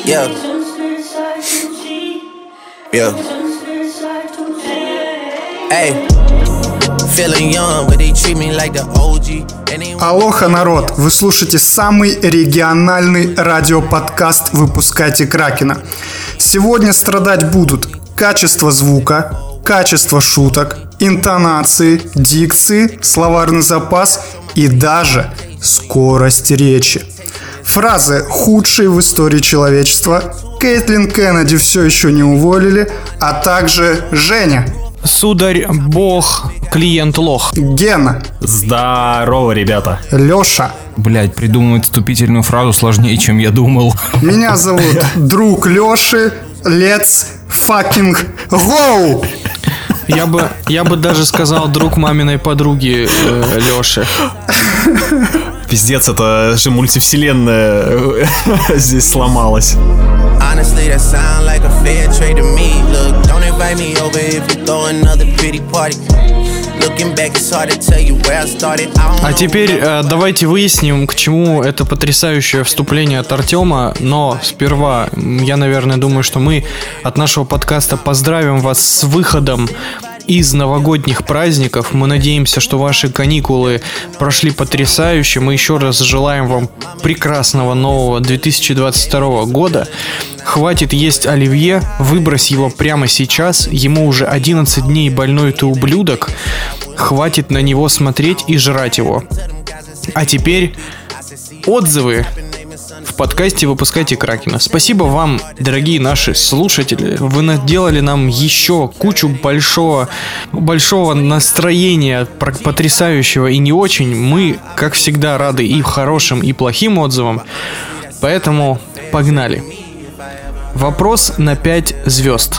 Yeah. Yeah. Hey. Feeling young, but they treat me like the OG. Алоха, народ! Вы слушаете самый региональный радиоподкаст «Выпускайте Кракена». Сегодня страдать будут качество звука, качество шуток, интонации, дикции, словарный запас и даже скорость речи. Фразы «худшие в истории человечества», Кейтлин Кеннеди все еще не уволили, а также Женя. Сударь, бог, клиент лох. Гена. Здорово, ребята. Леша. Блять, придумывать вступительную фразу сложнее, чем я думал. Меня зовут друг Леши. Let's fucking go! Я бы даже сказал друг маминой подруги Леши. Пиздец, это же мультивселенная здесь сломалась. Honestly, that sound like a fair trade to me. Look, don't invite me over if you throw another pity party. Looking back, it's hard to tell you where I started. А теперь давайте выясним, к чему это потрясающее вступление от Артема. Но сперва, я, наверное, думаю, что мы от нашего подкаста поздравим вас с выходом из новогодних праздников. Мы надеемся, что ваши каникулы прошли потрясающе. Мы еще раз желаем вам прекрасного нового 2022 года. Хватит есть оливье, выбрось его прямо сейчас. Ему уже 11 дней, больной ты ублюдок. Хватит на него смотреть и жрать его. А теперь отзывы в подкасте «Выпускайте Кракена». Спасибо вам, дорогие наши слушатели. Вы наделали нам еще кучу большого настроения, потрясающего и не очень. Мы, как всегда, рады и хорошим, и плохим отзывам. Поэтому погнали. Вопрос на 5 звезд.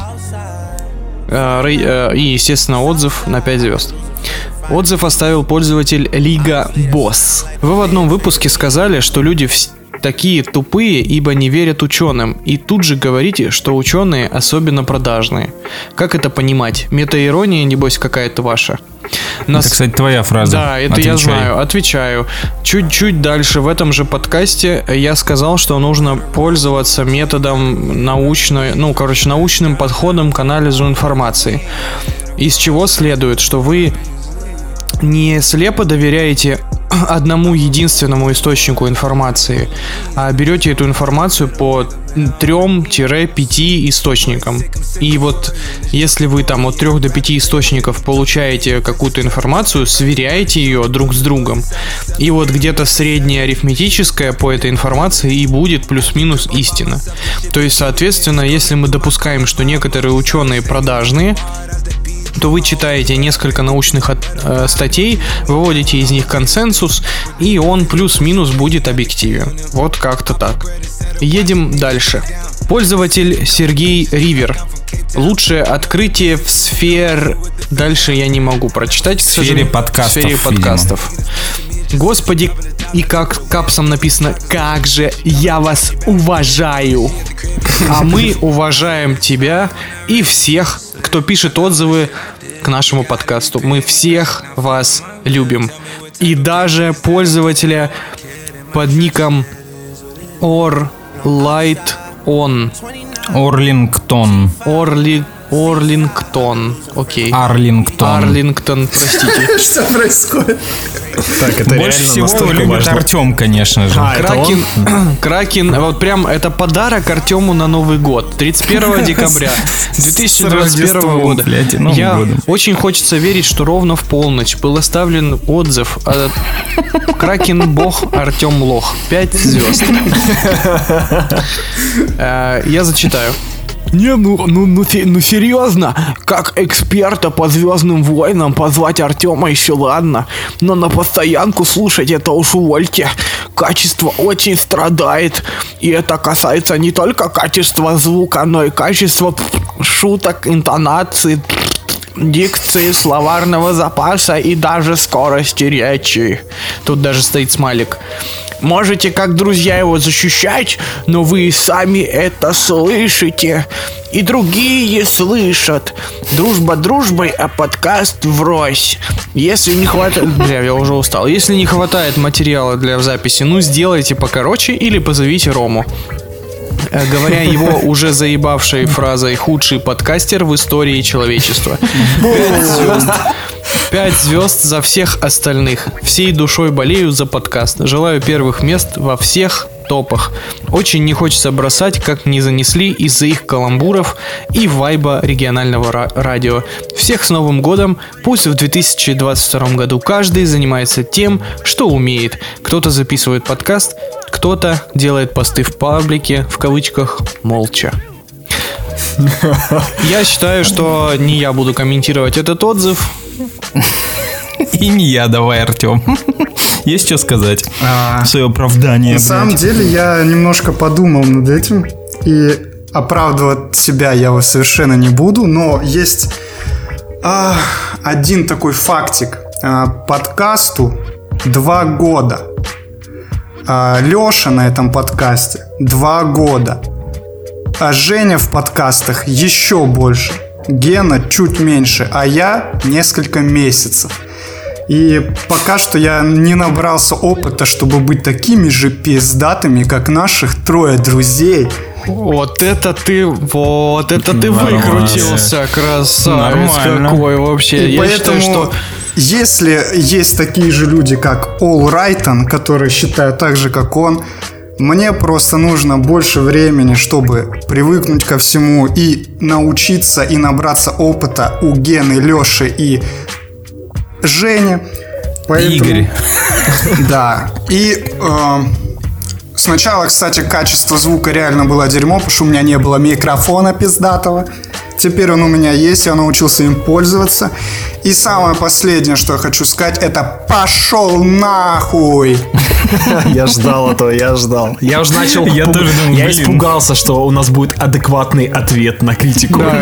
И, естественно, отзыв на 5 звезд. Отзыв оставил пользователь Лига Босс. Вы в одном выпуске сказали, что люди такие тупые, ибо не верят ученым. И тут же говорите, что ученые особенно продажные. Как это понимать? Метаирония, небось, какая-то ваша? Это, кстати, твоя фраза. Да, это Отвечай. я знаю, отвечаю. Чуть-чуть дальше в этом же подкасте я сказал, что нужно пользоваться методом научным подходом к анализу информации. Из чего следует, что вы не слепо доверяете одному единственному источнику информации, а берете эту информацию по 3-5 источникам. И вот если вы там от 3 до 5 источников получаете какую-то информацию, сверяете ее друг с другом, и вот где-то средняя арифметическая по этой информации и будет плюс-минус истина. То есть, соответственно, если мы допускаем, что некоторые ученые продажные, то вы читаете несколько научных статей, выводите из них консенсус, и он плюс-минус будет объективен. Вот как-то так. Едем дальше. Пользователь Сергей Ривер. Лучшее открытие в сфере... Дальше я не могу прочитать. В сфере подкастов. Господи, и как капсом написано: как же я вас уважаю. А мы уважаем тебя и всех, кто пишет отзывы к нашему подкасту. Мы всех вас любим. И даже пользователя под ником Орлайтон. Орлингтон. Окей. Арлингтон, простите. Что происходит? Так, это Больше реально всего настолько любит важно. Артем, конечно же. Кракен, вот прям это подарок Артему на Новый год. 31 декабря 2021 года. Очень хочется верить, что ровно в полночь был оставлен отзыв от Кракен Бог Артем Лох. 5 звезд. Я зачитаю. Ну серьезно, как эксперта по Звездным войнам позвать Артема еще ладно, но на постоянку слушать это уж увольте. Качество очень страдает, и это касается не только качества звука, но и качества шуток, интонации, дикции, словарного запаса и даже скорости речи. Тут даже стоит смайлик. Можете как друзья его защищать, но вы сами это слышите. И другие слышат. Дружба дружбой, а подкаст врозь. Если не хватает... Бля, я уже устал. Если не хватает материала для записи, ну сделайте покороче или позовите Рому. говоря его уже заебавшей фразой «худший подкастер в истории человечества». 5 звезд за всех остальных. Всей душой болею за подкаст. Желаю первых мест во всех топах. Очень не хочется бросать, как не занесли из-за их каламбуров и вайба регионального радио. Всех с Новым годом. Пусть в 2022 году каждый занимается тем, что умеет. Кто-то записывает подкаст, кто-то делает посты в паблике, в кавычках, молча. Я считаю, что не я буду комментировать этот отзыв. И не я, давай, Артем. Есть что сказать? Свое оправдание. На самом деле я немножко подумал над этим. И оправдывать себя я его совершенно не буду. Но есть один такой фактик. Подкасту 2 года. Леша на этом подкасте 2 года. А Женя в подкастах еще больше. Гена чуть меньше, а я несколько месяцев. И пока что я не набрался опыта, чтобы быть такими же пиздатыми, как наших 3 друзей. Вот это ты выкрутился, красавец какой вообще. И я поэтому, считаю, что если есть такие же люди, как Ол Райтон, которые считают так же, как он, мне просто нужно больше времени, чтобы привыкнуть ко всему и научиться и набраться опыта у Гены, Леши и Жени. Поэтому... Игорь. Да. И сначала, кстати, качество звука реально было дерьмо, потому что у меня не было микрофона пиздатого. Теперь он у меня есть, я научился им пользоваться. И самое последнее, что я хочу сказать, это пошел нахуй. Я ждал этого, я ждал. Я уже начал... Я испугался, что у нас будет адекватный ответ на критику. Да,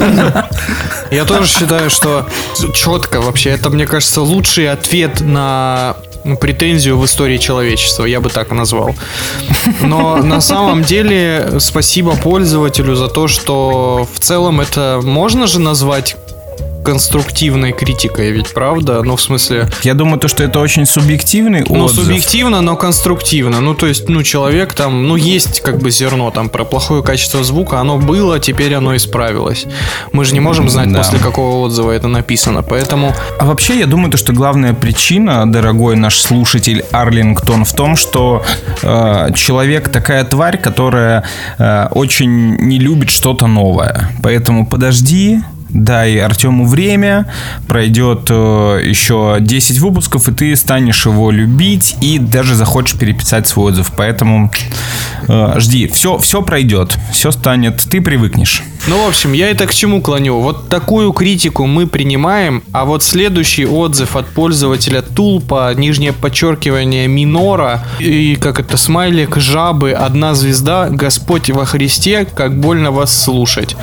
я тоже считаю, что четко вообще. Это, мне кажется, лучший ответ на претензию в истории человечества, я бы так назвал. Но на самом деле спасибо пользователю за то, что в целом это можно же назвать конструктивной критикой, ведь правда? Ну, в смысле... Я думаю, то, что это очень субъективный отзыв. Ну, субъективно, но конструктивно. Ну, то есть, человек там, есть как бы зерно там про плохое качество звука, оно было, теперь оно исправилось. Мы же не можем знать, после какого отзыва это написано, поэтому... А вообще, я думаю, то, что главная причина, дорогой наш слушатель Арлингтон, в том, что человек такая тварь, которая очень не любит что-то новое. Поэтому подожди... Дай Артему время, пройдет еще 10 выпусков, и ты станешь его любить и даже захочешь переписать свой отзыв. Поэтому жди, все пройдет, все станет, ты привыкнешь. Ну, в общем, я это к чему клоню? Вот такую критику мы принимаем, а вот следующий отзыв от пользователя Тулпа, нижнее подчеркивание Минора, и смайлик жабы, 1 звезда, Господь во Христе, как больно вас слушать.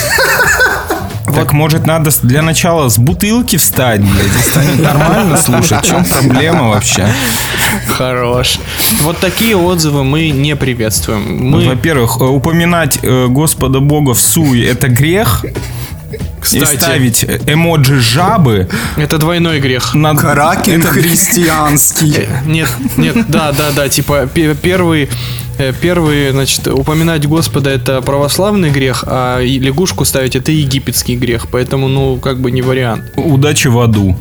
Так, может, надо для начала с бутылки встать, блядь, и станет нормально слушать. В чем проблема вообще? Хорош. Вот такие отзывы мы не приветствуем. Во-первых, упоминать Господа Бога в суе — это грех. Кстати, и ставить эмоджи жабы — это двойной грех. Кракен христианский. Нет, да, типа первый, значит, упоминать Господа — это православный грех, а лягушку ставить — это египетский грех. Поэтому, не вариант. Удачи в аду.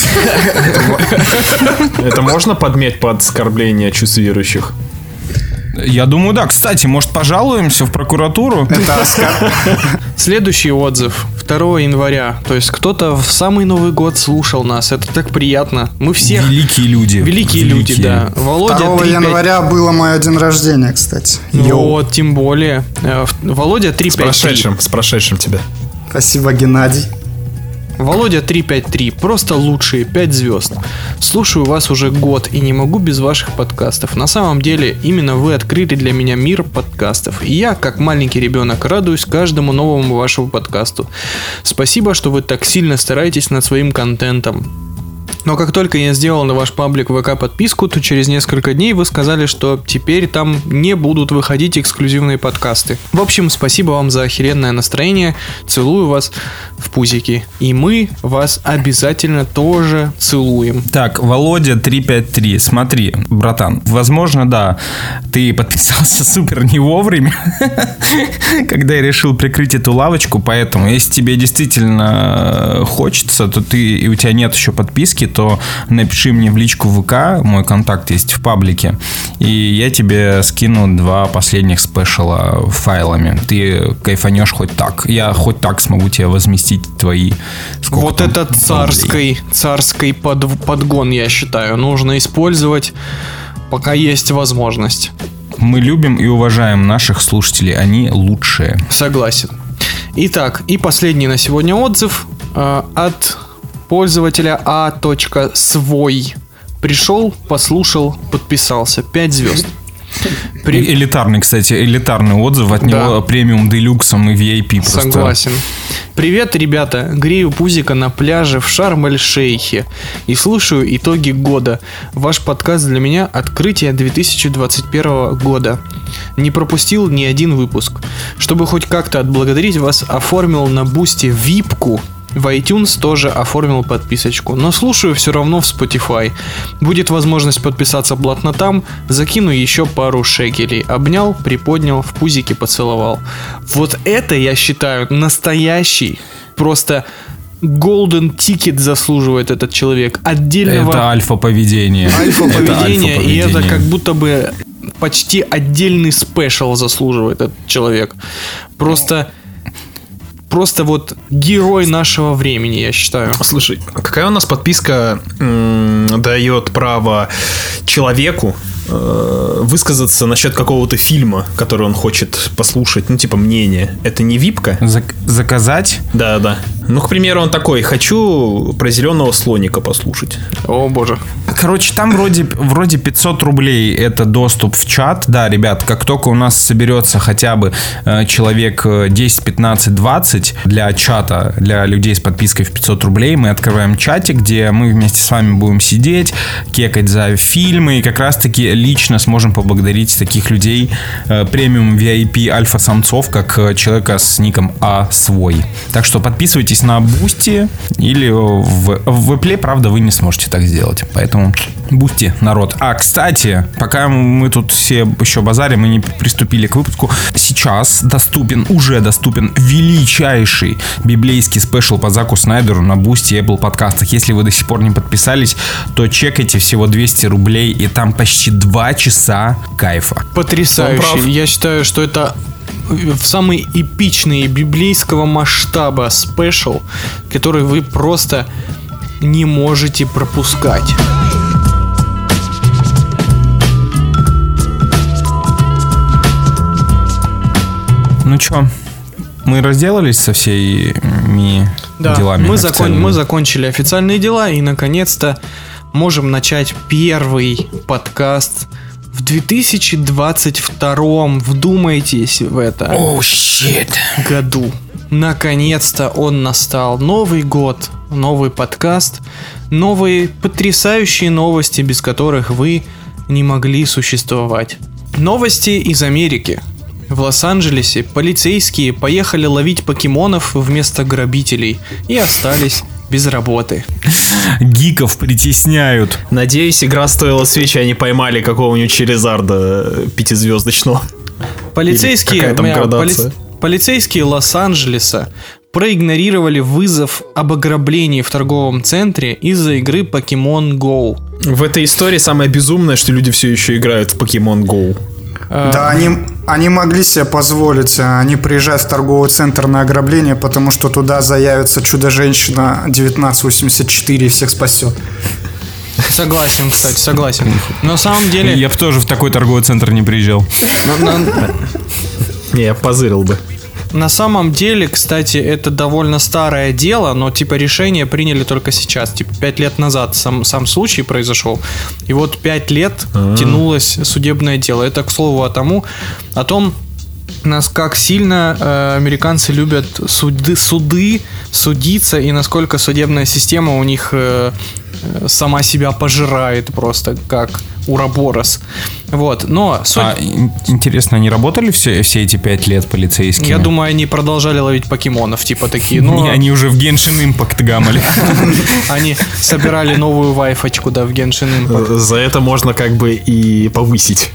Это можно подметь под оскорбление чувств верующих? Я думаю, да. Кстати, может, пожалуемся в прокуратуру? Следующий отзыв 2 января. То есть кто-то в самый Новый год слушал нас. Это так приятно. Мы все... Великие люди. Великие люди, да. Володя 2 января было мое день рождения, кстати. Вот, тем более. Володя 353. С прошедшим тебя. Спасибо, Геннадий. Володя 353. Просто лучшие 5 звезд. Слушаю вас уже год и не могу без ваших подкастов. На самом деле, именно вы открыли для меня мир подкастов. И я, как маленький ребенок, радуюсь каждому новому вашему подкасту. Спасибо, что вы так сильно стараетесь над своим контентом. Но как только я сделал на ваш паблик ВК подписку, то через несколько дней вы сказали, что теперь там не будут выходить эксклюзивные подкасты. В общем, спасибо вам за охеренное настроение. Целую вас в пузики. И мы вас обязательно тоже целуем. Так, Володя 353, смотри, братан, возможно, да, ты подписался супер не вовремя, когда я решил прикрыть эту лавочку, поэтому, если тебе действительно хочется, то и у тебя нет еще подписки, то напиши мне в личку ВК, мой контакт есть в паблике, и я тебе скину 2 последних спешала файлами. Ты кайфанешь хоть так. Я хоть так смогу тебе возместить твои... Вот это царский подгон, я считаю, нужно использовать, пока есть возможность. Мы любим и уважаем наших слушателей, они лучшие. Согласен. Итак, и последний на сегодня отзыв от пользователя А.свой. Пришел, послушал, подписался. 5 звезд. Элитарный, кстати, элитарный отзыв от него, премиум, делюксом и VIP просто. Согласен. Привет, ребята. Грею пузика на пляже в Шарм-эль-Шейхе и слушаю итоги года. Ваш подкаст для меня открытие 2021 года. Не пропустил ни один выпуск. Чтобы хоть как-то отблагодарить вас, оформил на Бусти випку. В iTunes тоже оформил подписочку, но слушаю все равно в Spotify. Будет возможность подписаться платно там, закину еще пару шекелей. Обнял, приподнял, в пузике поцеловал. Вот это, я считаю, настоящий, просто golden ticket заслуживает этот человек. Отдельного... Это альфа-поведение. Альфа-поведение, и это как будто бы почти отдельный спешл заслуживает этот человек. Просто вот герой нашего времени, я считаю. Слушай, какая у нас подписка дает право человеку высказаться насчет какого-то фильма, который он хочет послушать, ну, типа, мнение. Это не випка? Заказать? Да. Ну, к примеру, он такой: хочу про зеленого слоника послушать. О, боже. Короче, там вроде 500 рублей это доступ в чат. Да, ребят, как только у нас соберется хотя бы человек 10, 15, 20 для чата, для людей с подпиской в 500 рублей, мы открываем чатик, где мы вместе с вами будем сидеть, кекать за фильмы, и как раз-таки лично сможем поблагодарить таких людей, премиум VIP альфа-самцов, как человека с ником А.свой. Так что подписывайтесь на Бусти или в Apple, правда, вы не сможете так сделать. Поэтому Бусти, народ. А, кстати, пока мы тут все еще базарим и не приступили к выпуску, сейчас уже доступен величайший библейский спешл по Заку Снайдеру на Бусти и Apple подкастах. Если вы до сих пор не подписались, то чекайте, всего 200 рублей, и там почти 2 часа кайфа. Потрясающе. Я считаю, что это самый эпичный библейского масштаба спешл, который вы просто не можете пропускать. Ну чё, мы разделались со всеми делами? Мы закончили официальные дела и наконец-то можем начать первый подкаст в 2022, вдумайтесь в это, году. Наконец-то он настал. Новый год, новый подкаст, новые потрясающие новости, без которых вы не могли существовать. Новости из Америки. В Лос-Анджелесе полицейские поехали ловить покемонов вместо грабителей и остались без работы. Гиков притесняют. Надеюсь, игра стоила свечи, они поймали какого-нибудь Черезарда 5-звездочного. Полицейские Лос-Анджелеса проигнорировали вызов об ограблении в торговом центре из-за игры Pokemon Go. В этой истории самое безумное, что люди все еще играют в Pokemon Go. Да, они могли себе позволить не приезжать в торговый центр на ограбление, потому что туда заявится Чудо-женщина 1984 и всех спасет. Согласен, кстати, согласен. На самом деле... Я бы тоже в такой торговый центр не приезжал. Не, я позырил бы. На самом деле, кстати, это довольно старое дело, но типа решение приняли только сейчас. Типа 5 лет назад сам случай произошел. И вот 5 лет тянулось судебное дело. Это, к слову, о том, как сильно американцы любят суды, судиться, и насколько судебная система у них сама себя пожирает просто, как Ураборос. Вот, но... Интересно, они работали все эти 5 лет полицейскими? Я думаю, они продолжали ловить покемонов, типа такие, но... Они уже в Genshin Impact гамали. Они собирали новую вайфочку, да, в Genshin Impact. За это можно как бы и повысить.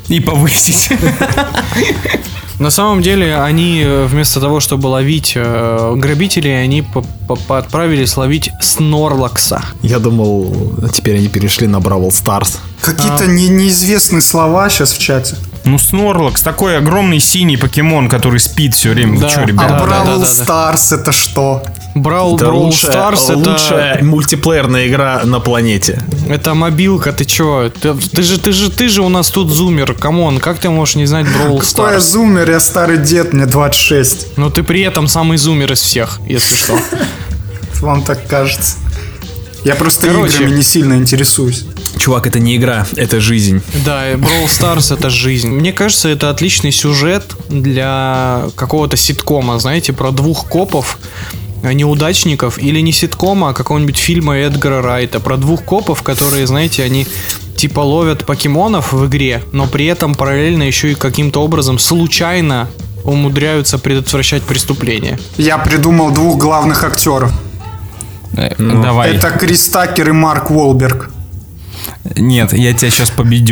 На самом деле, они вместо того, чтобы ловить грабителей, они отправились ловить Снорлакса. Я думал, теперь они перешли на Бравл Старс. Какие-то неизвестные слова сейчас в чате. Ну, Снорлакс, такой огромный синий покемон, который спит все время. Да. Вы что, ребята? А Бравл Старс это что? Бравл Старс это лучшая мультиплеерная игра на планете. Это мобилка, ты чё? Ты же у нас тут зумер, камон, как ты можешь не знать Бравл Старс? Какой я зумер, я старый дед, мне 26. Но ты при этом самый зумер из всех, если что. Вам так кажется. Я просто играми не сильно интересуюсь. Чувак, это не игра, это жизнь. Да, Brawl Stars это жизнь. Мне кажется, это отличный сюжет для какого-то ситкома, знаете, про 2 копов, неудачников, или не ситкома, а какого-нибудь фильма Эдгара Райта, про 2 копов, которые, знаете, они типа ловят покемонов в игре, но при этом параллельно еще и каким-то образом случайно умудряются предотвращать преступления. Я придумал 2 главных актеров. Давай. Это Крис Такер и Марк Уолберг. Нет, я тебя сейчас победю.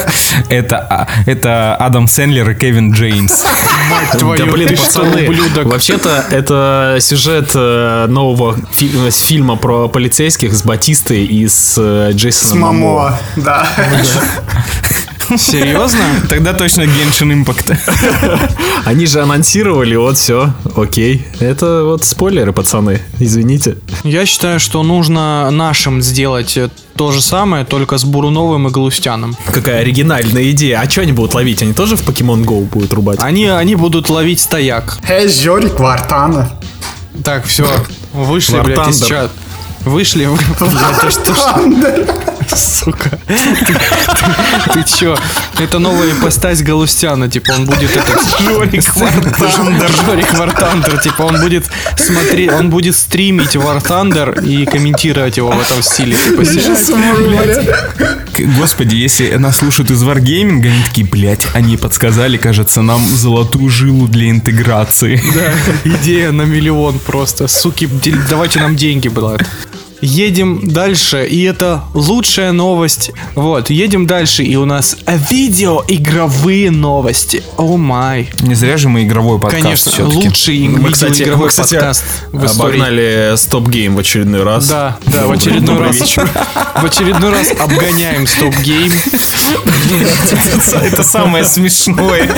Это Адам Сэндлер и Кевин Джеймс. Мать твою, да блин, ты пацаны, что, ублюдок? вообще-то это сюжет нового фильма про полицейских с Батистой и с Джейсоном Момоа. Да. Серьезно? Тогда точно Genshin Impact. Они же анонсировали, вот все, окей. Это вот спойлеры, пацаны, извините. Я считаю, что нужно нашим сделать то же самое, только с Буруновым и Галустяном. Какая оригинальная идея. А что они будут ловить? Они тоже в Pokemon Go будут рубать? Они будут ловить стояк. Жорик Вартана. Так, все, вышли, блядь, из чата. Вышли, блядь, что сука. Ты чё? Это новая ипостась Галустяна, типа он будет Жорик Вартандер, типа он будет смотреть, он будет стримить War Thunder и комментировать его в этом стиле. Господи, если нас слушают из Wargaming, они такие, блять, они подсказали, кажется, нам золотую жилу для интеграции. Да, идея на миллион просто. Суки, давайте нам деньги, блядь. Едем дальше, и это лучшая новость. Вот, едем дальше, и у нас видеоигровые новости. О май. Не зря же мы игровой подкаст. Конечно, все-таки. лучший видеоигровой подкаст в истории. Обогнали Stop Game в очередной раз. Да, в очередной раз. В очередной раз обгоняем Stop Game. Это самое смешное.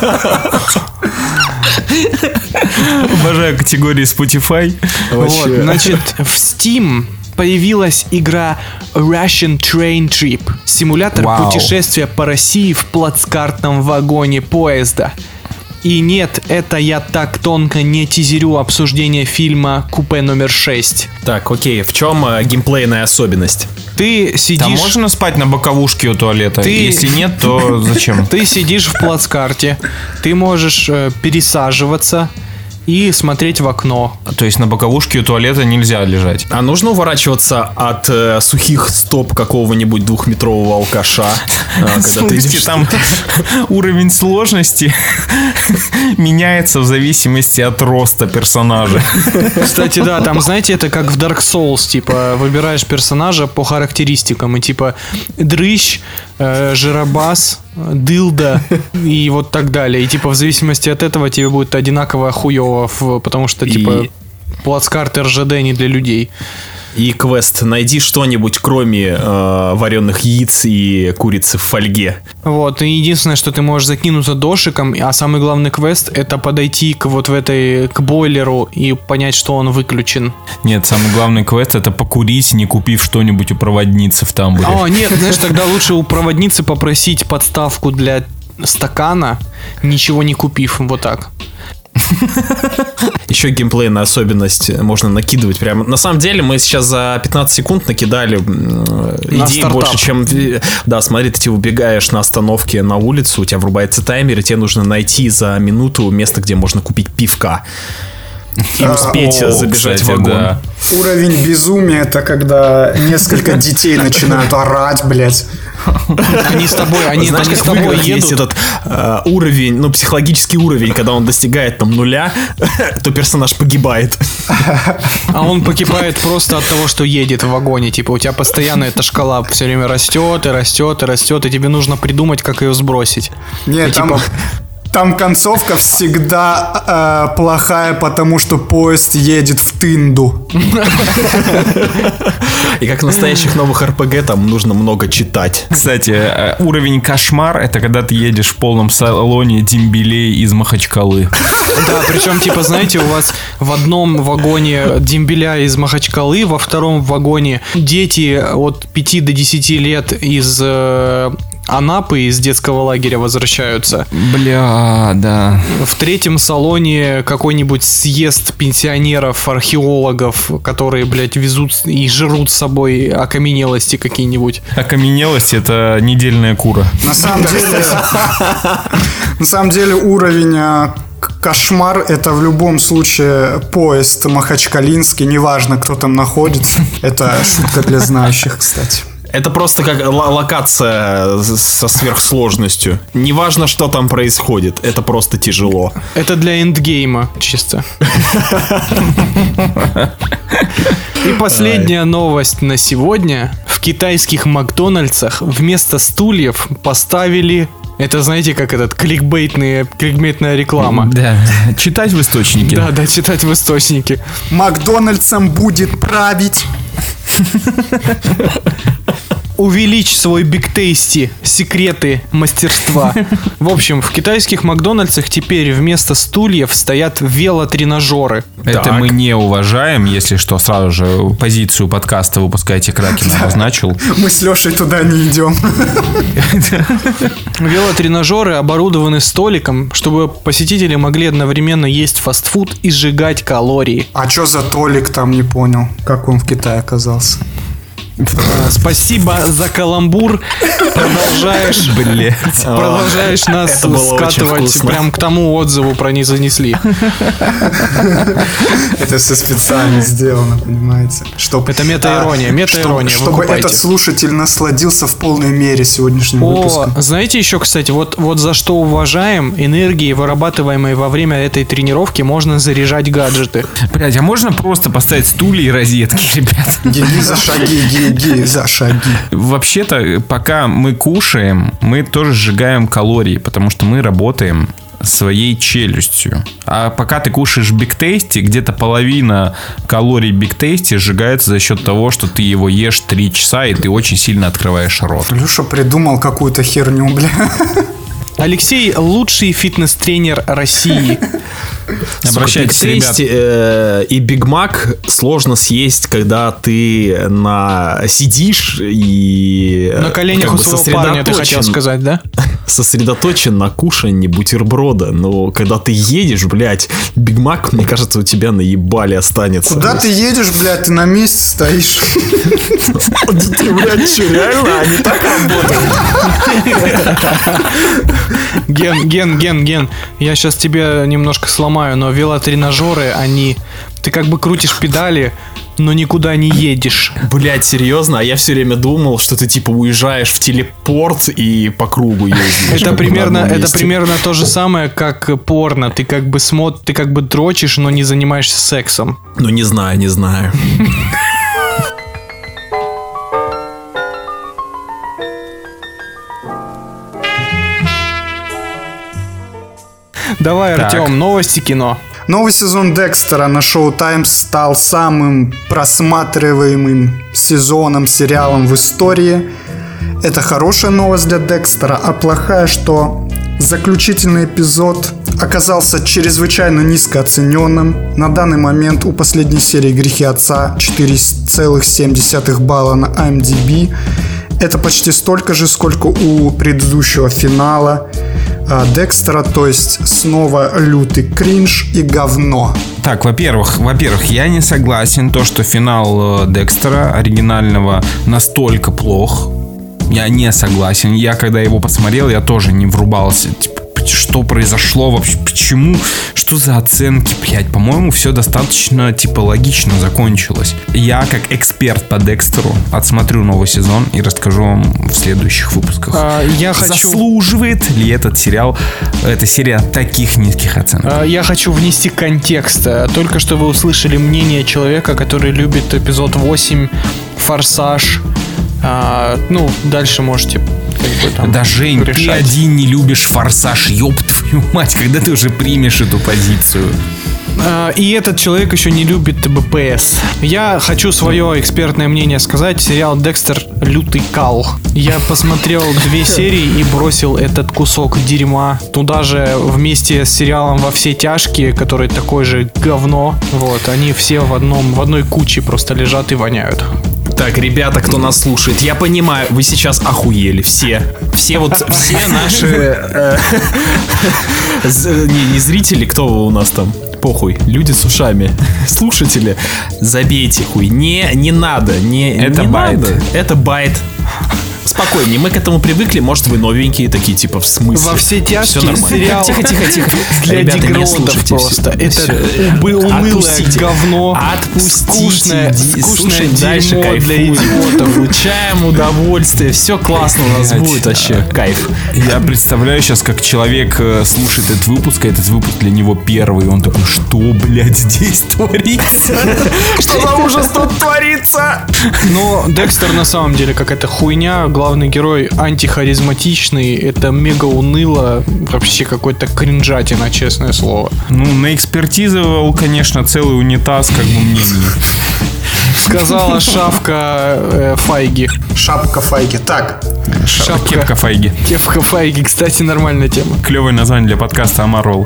Обожаю категории Spotify. Вот, значит, в Steam появилась игра Russian Train Trip. Симулятор путешествия по России в плацкартном вагоне поезда. И нет, это я так тонко не тизерю обсуждение фильма «Купе номер 6». Так, окей, в чем геймплейная особенность? Ты сидишь... Там можно спать на боковушке у туалета? Если нет, то зачем? Ты сидишь в плацкарте, ты можешь пересаживаться и смотреть в окно. То есть на боковушке у туалета нельзя лежать. А нужно уворачиваться от сухих стоп какого-нибудь 2-метрового алкаша? Слушайте, там уровень сложности меняется в зависимости от роста персонажа. Кстати, да, там, знаете, это как в Dark Souls, типа, выбираешь персонажа по характеристикам, и типа дрыщ, жиробас, дылда и вот так далее. И типа в зависимости от этого тебе будет одинаково хуёво, потому что типа плацкарт РЖД не для людей. И квест: найди что-нибудь, кроме вареных яиц и курицы в фольге. Вот, и единственное, что ты можешь закинуться дошиком, а самый главный квест — это подойти к вот в этой, к бойлеру и понять, что он выключен. Нет, самый главный квест — это покурить, не купив что-нибудь у проводницы в тамбуре. О, нет, знаешь, тогда лучше у проводницы попросить подставку для стакана, ничего не купив, вот так. Еще геймплейная особенность можно накидывать прямо. На самом деле мы сейчас за 15 секунд накидали идей больше, чем... Да, смотри, ты выбегаешь на остановке на улицу, у тебя врубается таймер, и тебе нужно найти за минуту место, где можно купить пивка. И успеть забежать в вагон. Да. Уровень безумия — это когда несколько детей начинают орать, блядь. Они с тобой, они с тобой едут. Есть этот уровень, психологический уровень, когда он достигает там 0, то персонаж погибает. А он погибает просто от того, что едет в вагоне. Типа у тебя постоянно эта шкала все время растет и растет и растет, и тебе нужно придумать, как ее сбросить. Нет, там концовка всегда плохая, потому что поезд едет в Тынду. И как в настоящих новых РПГ там нужно много читать. Кстати, уровень кошмар — это когда ты едешь в полном салоне дембелей из Махачкалы. Да, причем, типа, знаете, у вас в одном вагоне дембеля из Махачкалы, во втором вагоне дети от 5 до 10 лет из Анапы, из детского лагеря возвращаются. Бля, да. В третьем салоне какой-нибудь съезд пенсионеров, археологов, которые, блядь, везут и жрут с собой окаменелости какие-нибудь. Окаменелости — это недельная кура. На самом деле уровень кошмар — это в любом случае поезд махачкалинский, неважно, кто там находится. Это шутка для знающих, кстати. Это просто как локация со сверхсложностью. Неважно, что там происходит, это просто тяжело. Это для эндгейма чисто. И последняя новость на сегодня. В китайских Макдональдсах вместо стульев поставили... Это, знаете, как этот кликбейтная реклама. Да, читать в источнике. Да, читать в источнике. Макдональдсом будет править. Увеличь свой Big Tasty, секреты мастерства. В общем, в китайских Макдональдсах теперь вместо стульев стоят велотренажеры. Это так. Мы не уважаем, если что, сразу же позицию подкаста «Выпускайте Кракена» обозначил. Мы с Лешей туда не идем. Велотренажеры оборудованы столиком, чтобы посетители могли одновременно есть фастфуд и сжигать калории. А что за толик там, не понял, как он в Китае оказался? Спасибо за каламбур. Продолжаешь нас скатывать прям к тому отзыву про «не занесли». Это все специально сделано, понимаете? Это мета-ирония. Чтобы этот слушатель насладился в полной мере сегодняшним выпуском. Знаете еще, кстати, вот за что уважаем, энергии, вырабатываемой во время этой тренировки, можно заряжать гаджеты. Блядь, а можно просто поставить стулья и розетки, ребят? Иди за шаги. Вообще-то, пока мы кушаем, мы тоже сжигаем калории, потому что мы работаем своей челюстью. А пока ты кушаешь Big Tasty, где-то половина калорий Big Tasty сжигается за счет того, что ты его ешь 3 часа, и ты очень сильно открываешь рот. Леша придумал какую-то херню, бля. Алексей — лучший фитнес-тренер России. Обращайтесь, ребят. И Биг Мак сложно съесть, когда ты сидишь и... На коленях у своего парня, ты хотел сказать, да? Сосредоточен на кушании бутерброда. Но когда ты едешь, блядь, Биг Мак, мне кажется, у тебя наебали останется. Куда ты едешь, блядь? Ты на месте стоишь. Ты, блядь, что, реально? Они так работают? Ген, я сейчас тебе немножко сломаю, но велотренажеры, ты как бы крутишь педали, но никуда не едешь. Блять, серьезно? А я все время думал, что ты типа уезжаешь в телепорт и по кругу ездишь. Это примерно то же самое, как порно. Ты как бы дрочишь, но не занимаешься сексом. Ну не знаю. Давай, Артем, новости кино. Новый сезон Декстера на Showtime стал самым просматриваемым сериалом в истории. Это хорошая новость для Декстера, а плохая, что заключительный эпизод оказался чрезвычайно низкооцененным. На данный момент у последней серии «Грехи отца» 4,7 балла на IMDb. Это почти столько же, сколько у предыдущего финала. Декстера, то есть снова лютый кринж и говно. Так, во-первых, я не согласен, то, что финал Декстера оригинального настолько плох. Я не согласен. Я, когда его посмотрел, я тоже не врубался. Типа, что произошло вообще? Почему? Что за оценки, блядь? По-моему, все достаточно, типа, логично закончилось. Я, как эксперт по Декстеру, отсмотрю новый сезон и расскажу вам в следующих выпусках. Заслуживает ли этот сериал, эта серия таких низких оценок? Я хочу внести контекст. Только что вы услышали мнение человека, который любит эпизод 8, «Форсаж». Дальше можете как бы там да, Жень, решать. Ты один не любишь «Форсаж», ёб твою мать, когда ты уже примешь эту позицию? И этот человек еще не любит БПС. Я хочу свое экспертное мнение сказать. Сериал «Декстер» — лютый кал. Я посмотрел 2 серии и бросил этот кусок дерьма туда же вместе с сериалом «Во все тяжкие», который такое же говно. Вот, они все в одной куче просто лежат и воняют. Так, ребята, кто нас слушает, я понимаю, вы сейчас охуели, все наши не зрители, кто вы у нас там, похуй, люди с ушами, слушатели, забейте хуй, не надо, это байт. Это байт. Спокойнее, мы к этому привыкли, может вы новенькие такие, типа, в смысле? Во все тяжкие сериал. Тихо. Для дегродов просто. Это унылое говно. Отпустите. Скучное дальше дерьмо кайфуем. для идиотов. Получаем удовольствие. Все классно у нас будет вообще. Кайф. Я представляю сейчас, как человек слушает этот выпуск, а этот выпуск для него первый. И он такой, что, блядь, здесь творится? Что за ужас тут творится? Но Декстер на самом деле какая-то хуйня. Главный герой антихаризматичный. Это мега уныло. Вообще какой-то кринжатина, честное слово. Наэкспертизовал, конечно, целый унитаз, как бы мнение. Сказала шавка Файги. Шапка Файги. Так. Кепка Файги. Кепка Файги, кстати, нормальная тема. Клевое название для подкаста «Амарол».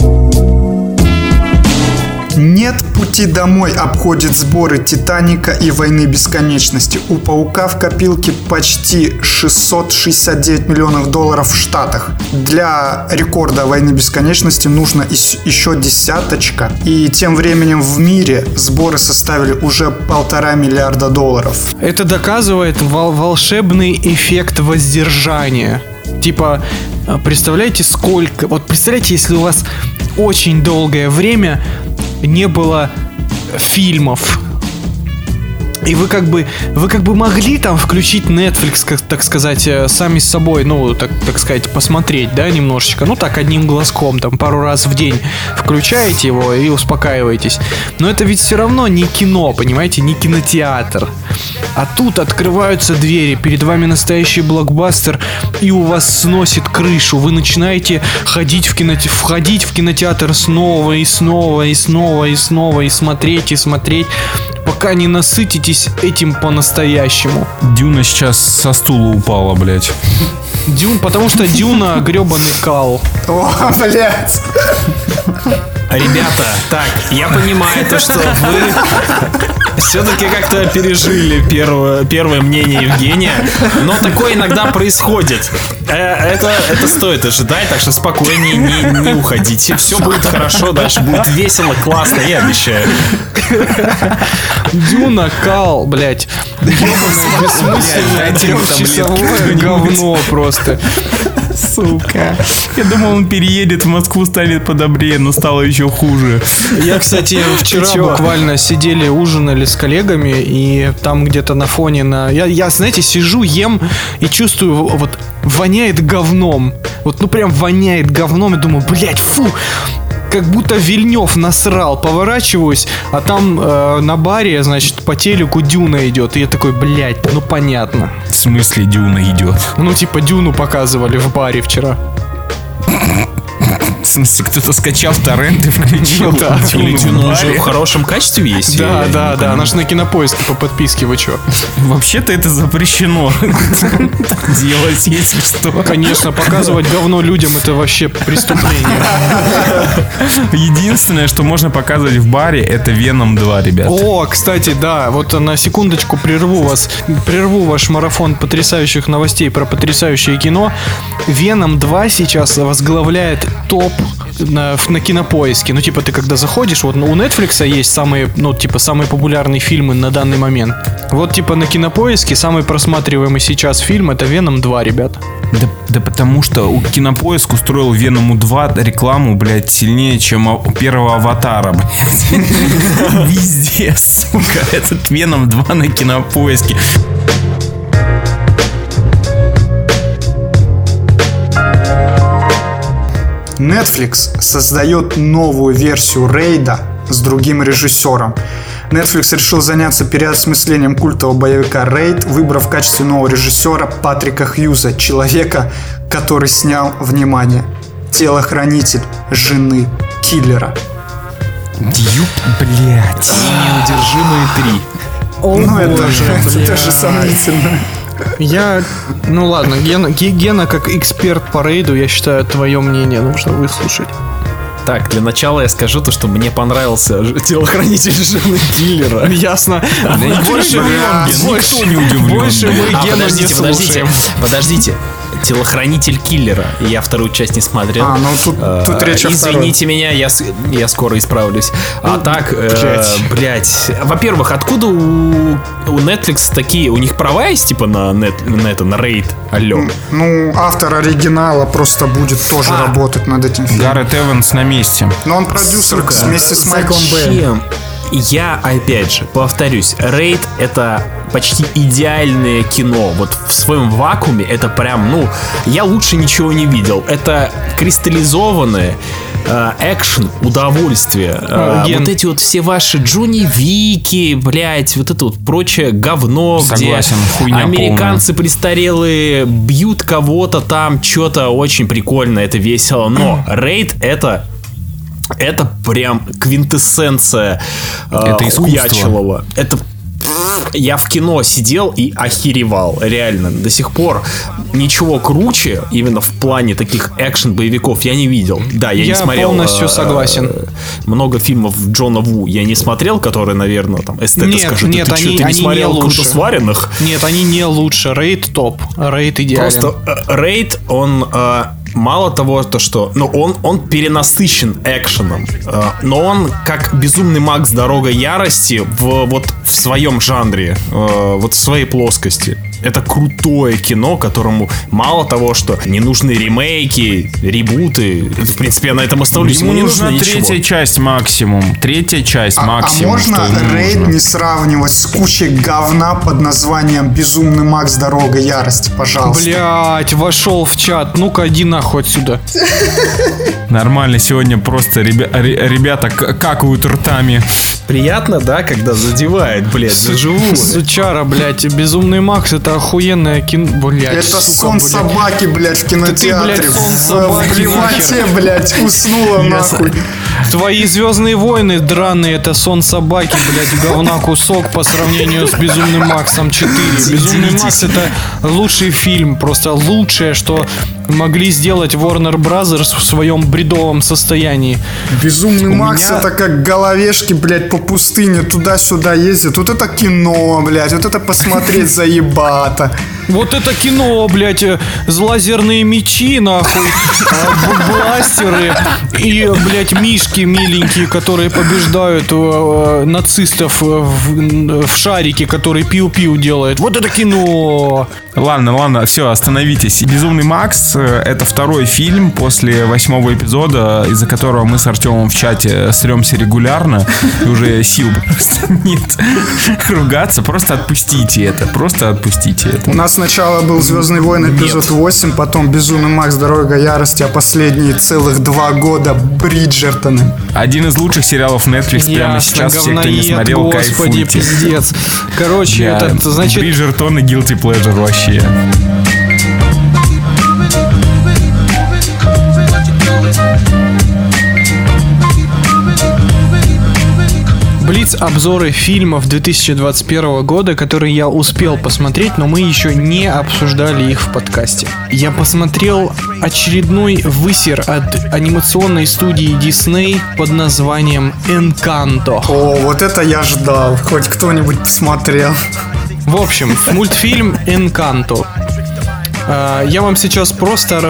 «Нет пути домой» обходит сборы «Титаника» и «Войны бесконечности». У «Паука» в копилке почти $669 миллионов в Штатах. Для рекорда «Войны бесконечности» нужно еще десяточка. И тем временем в мире сборы составили уже $1,5 миллиарда. Это доказывает волшебный эффект воздержания. Типа, представляете, сколько... Вот представляете, если у вас очень долгое время не было фильмов, и вы как бы могли там включить Netflix, так сказать, сами с собой, так сказать, посмотреть, да, немножечко, так, одним глазком, там, пару раз в день включаете его и успокаиваетесь. Но это ведь все равно не кино, понимаете, не кинотеатр. А тут открываются двери, перед вами настоящий блокбастер, и у вас сносит крышу. Вы начинаете входить в кинотеатр снова и снова и снова и снова и смотреть, пока не насытитесь этим по-настоящему. Дюна сейчас со стула упала, блядь. Потому что Дюна гребаный кал. О, блядь. Ребята, так, я понимаю то, что вы все-таки как-то пережили первое мнение Евгения, но такое иногда происходит. Это стоит ожидать, так что спокойнее, не уходите. Все будет хорошо, дальше будет весело, классно, я обещаю. Дюна кал, блять. Ёбаное, бессмысленное трехчасовое говно просто. Сука. Я думал, он переедет в Москву, станет подобрее, но стало еще хуже. Я, кстати, вчера буквально сидели, ужинали с коллегами, и там где-то на фоне я, знаете, сижу, ем и чувствую, вот, воняет говном. Вот, прям воняет говном, и думаю, блядь, фу. Как будто Вильнёв насрал. Поворачиваюсь, а там на баре, значит, по телеку Дюна идет. И я такой, блядь, понятно. В смысле Дюна идет? Дюну показывали в баре вчера. В смысле, кто-то скачал торрент и включил. Ну да. Или он уже в хорошем качестве есть? Да, она же на Кинопоиске по подписке, вы чё? Вообще-то это запрещено делать, если что. Конечно, показывать говно людям — это вообще преступление. Единственное, что можно показывать в баре, это Веном 2, ребят. О, кстати, да, вот на секундочку прерву ваш марафон потрясающих новостей про потрясающее кино. Веном 2 сейчас возглавляет топ на Кинопоиске. Ну, типа, ты когда заходишь, вот у Netflix есть самые, ну, типа, самые популярные фильмы на данный момент. Вот, типа, на Кинопоиске самый просматриваемый сейчас фильм — это Веном 2, ребят. Да потому что Кинопоиск устроил Веному 2 рекламу, блядь, сильнее, чем у первого Аватара, блядь. Везде, сука, этот Веном 2 на Кинопоиске. Netflix создает новую версию Рейда с другим режиссером. Netflix решил заняться переосмыслением культового боевика Рейд, выбрав в качестве нового режиссера Патрика Хьюза, человека, который снял, внимание, «Телохранитель жены киллера». Дьюб, блядь. Неудержимые 3. Ну, это тоже сомнительно. Ну ладно, Гена как эксперт по Рейду, я считаю, твое мнение нужно выслушать. Так, для начала я скажу то, что мне понравился телохранитель жены киллера. Ясно. Больше никто не удивлен. Больше мы Гену не слушаем. Подождите. Телохранитель киллера. Я вторую часть не смотрел. Ну тут речь о второй. Извините меня, я скоро исправлюсь. А так, блядь. Во-первых, откуда у Netflix такие? У них права есть, типа, на рейд? Алло. Ну, автор оригинала просто будет тоже работать над этим фильмом. Гаррет Эванс на месте. Но он продюсер вместе с Майклом Бэем. Зачем? Я, опять же, повторюсь, Рейд — это почти идеальное кино. Вот в своем вакууме это прям, ну, я лучше ничего не видел. Это кристаллизованное экшен, удовольствие. Вот эти вот все ваши Джонни Вики, блять, вот это вот прочее говно, согласен, где хуйня американцы престарелые бьют кого-то там, что-то очень прикольно, это весело. Но Рейд — это прям квинтэссенция хуячилова. Это я в кино сидел и охеревал. Реально, до сих пор ничего круче именно в плане таких экшен-боевиков я не видел. Да, я не смотрел. Я полностью согласен. Много фильмов Джона Ву я не смотрел, которые, наверное, там эстеты скажут. Нет, ты не смотрел круто сваренных? Нет, они не лучше. Рейд топ. Рейд идеален. Просто Рейд, он... Мало того, что он перенасыщен экшеном, но он как Безумный Макс Дорога ярости в своем жанре, вот в своей плоскости. Это крутое кино, которому мало того, что не нужны ремейки, ребуты. В принципе, я на этом остановлюсь. Ему не нужна третья часть максимум. А можно Рейд не сравнивать с кучей говна под названием Безумный Макс Дорога ярости, пожалуйста? Блять, вошел в чат. Ну-ка, иди нахуй отсюда. Нормально, сегодня просто ребята какают ртами. Приятно, да, когда задевает, блядь, за живую. Сучара, блядь, Безумный Макс — это охуенное кино, блядь. Это сон собаки, блядь, в кинотеатре. Ты, блядь, сон собаки, в животе, блядь, уснула нахуй. Твои Звездные войны драные — это сон собаки, блядь, говна кусок по сравнению с Безумным Максом 4. Безумный Макс — это лучший фильм, просто лучшее, что могли сделать Warner Brothers в своем бредовом состоянии. Безумный Макс — это как головешки, блядь, по пустыне туда-сюда ездят. Вот это кино, блядь, вот это посмотреть заебато. Вот это кино, блядь, лазерные мечи, нахуй, бластеры и, блядь, мишки миленькие, которые побеждают нацистов в шарике, который пиу-пиу делает. Вот это кино. Ладно, все, остановитесь. «Безумный Макс» — это второй фильм после 8-го эпизода, из-за которого мы с Артемом в чате сремся регулярно. И уже сил просто нет ругаться. Просто отпустите это. У нас сначала был «Звездные войны» эпизод 8, потом «Безумный Макс. Дорога ярости», а последние целых 2 года «Бриджертоны». Один из лучших сериалов Netflix прямо сейчас. Все, кто не смотрел, господи, кайфуйте. пиздец. Короче, этот, значит... «Бриджертоны» guilty pleasure вообще. делать обзоры фильмов 2021 года, которые я успел посмотреть, но мы еще не обсуждали их в подкасте. Я посмотрел очередной высер от анимационной студии Disney под названием Encanto. О, вот это я ждал. Хоть кто-нибудь посмотрел. В общем, мультфильм Encanto. Я вам сейчас просто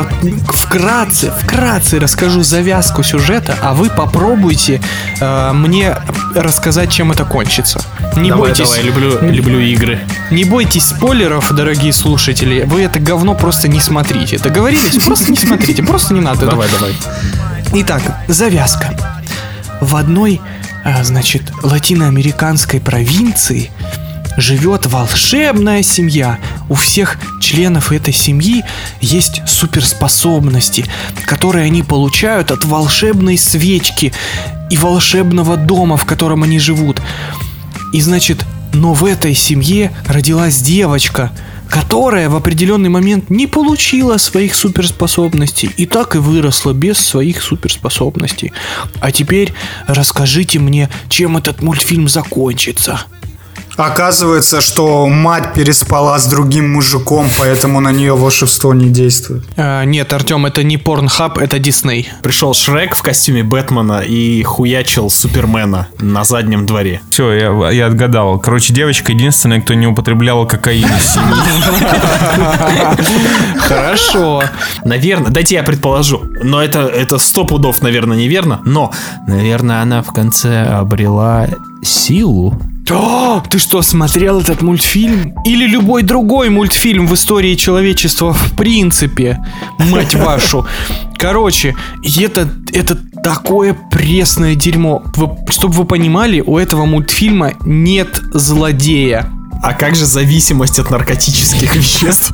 вкратце расскажу завязку сюжета, а вы попробуйте мне рассказать, чем это кончится. Не бойтесь, давай, люблю игры. Не бойтесь спойлеров, дорогие слушатели. Вы это говно просто не смотрите. Договорились? Просто не смотрите, просто не надо. Давай. Итак, завязка. В одной, латиноамериканской провинции живет волшебная семья. У всех членов этой семьи есть суперспособности, которые они получают от волшебной свечки и волшебного дома, в котором они живут. И но в этой семье родилась девочка, которая в определенный момент не получила своих суперспособностей и так и выросла без своих суперспособностей. А теперь расскажите мне, чем этот мультфильм закончится. Оказывается, что мать переспала с другим мужиком, поэтому на нее волшебство не действует. Нет, Артем, это не Pornhub, это Disney. Пришел Шрек в костюме Бэтмена и хуячил Супермена на заднем дворе. Все, я отгадал. Короче, девочка единственная, кто не употребляла кокаин из семьи. Хорошо. Наверное, дайте я предположу. Но это 100 пудов, наверное, неверно. Но, наверное, она в конце обрела силу. О, ты что, смотрел этот мультфильм? Или любой другой мультфильм в истории человечества в принципе? Мать вашу. Короче, это такое пресное дерьмо. Чтобы вы понимали, у этого мультфильма нет злодея. А как же зависимость от наркотических веществ?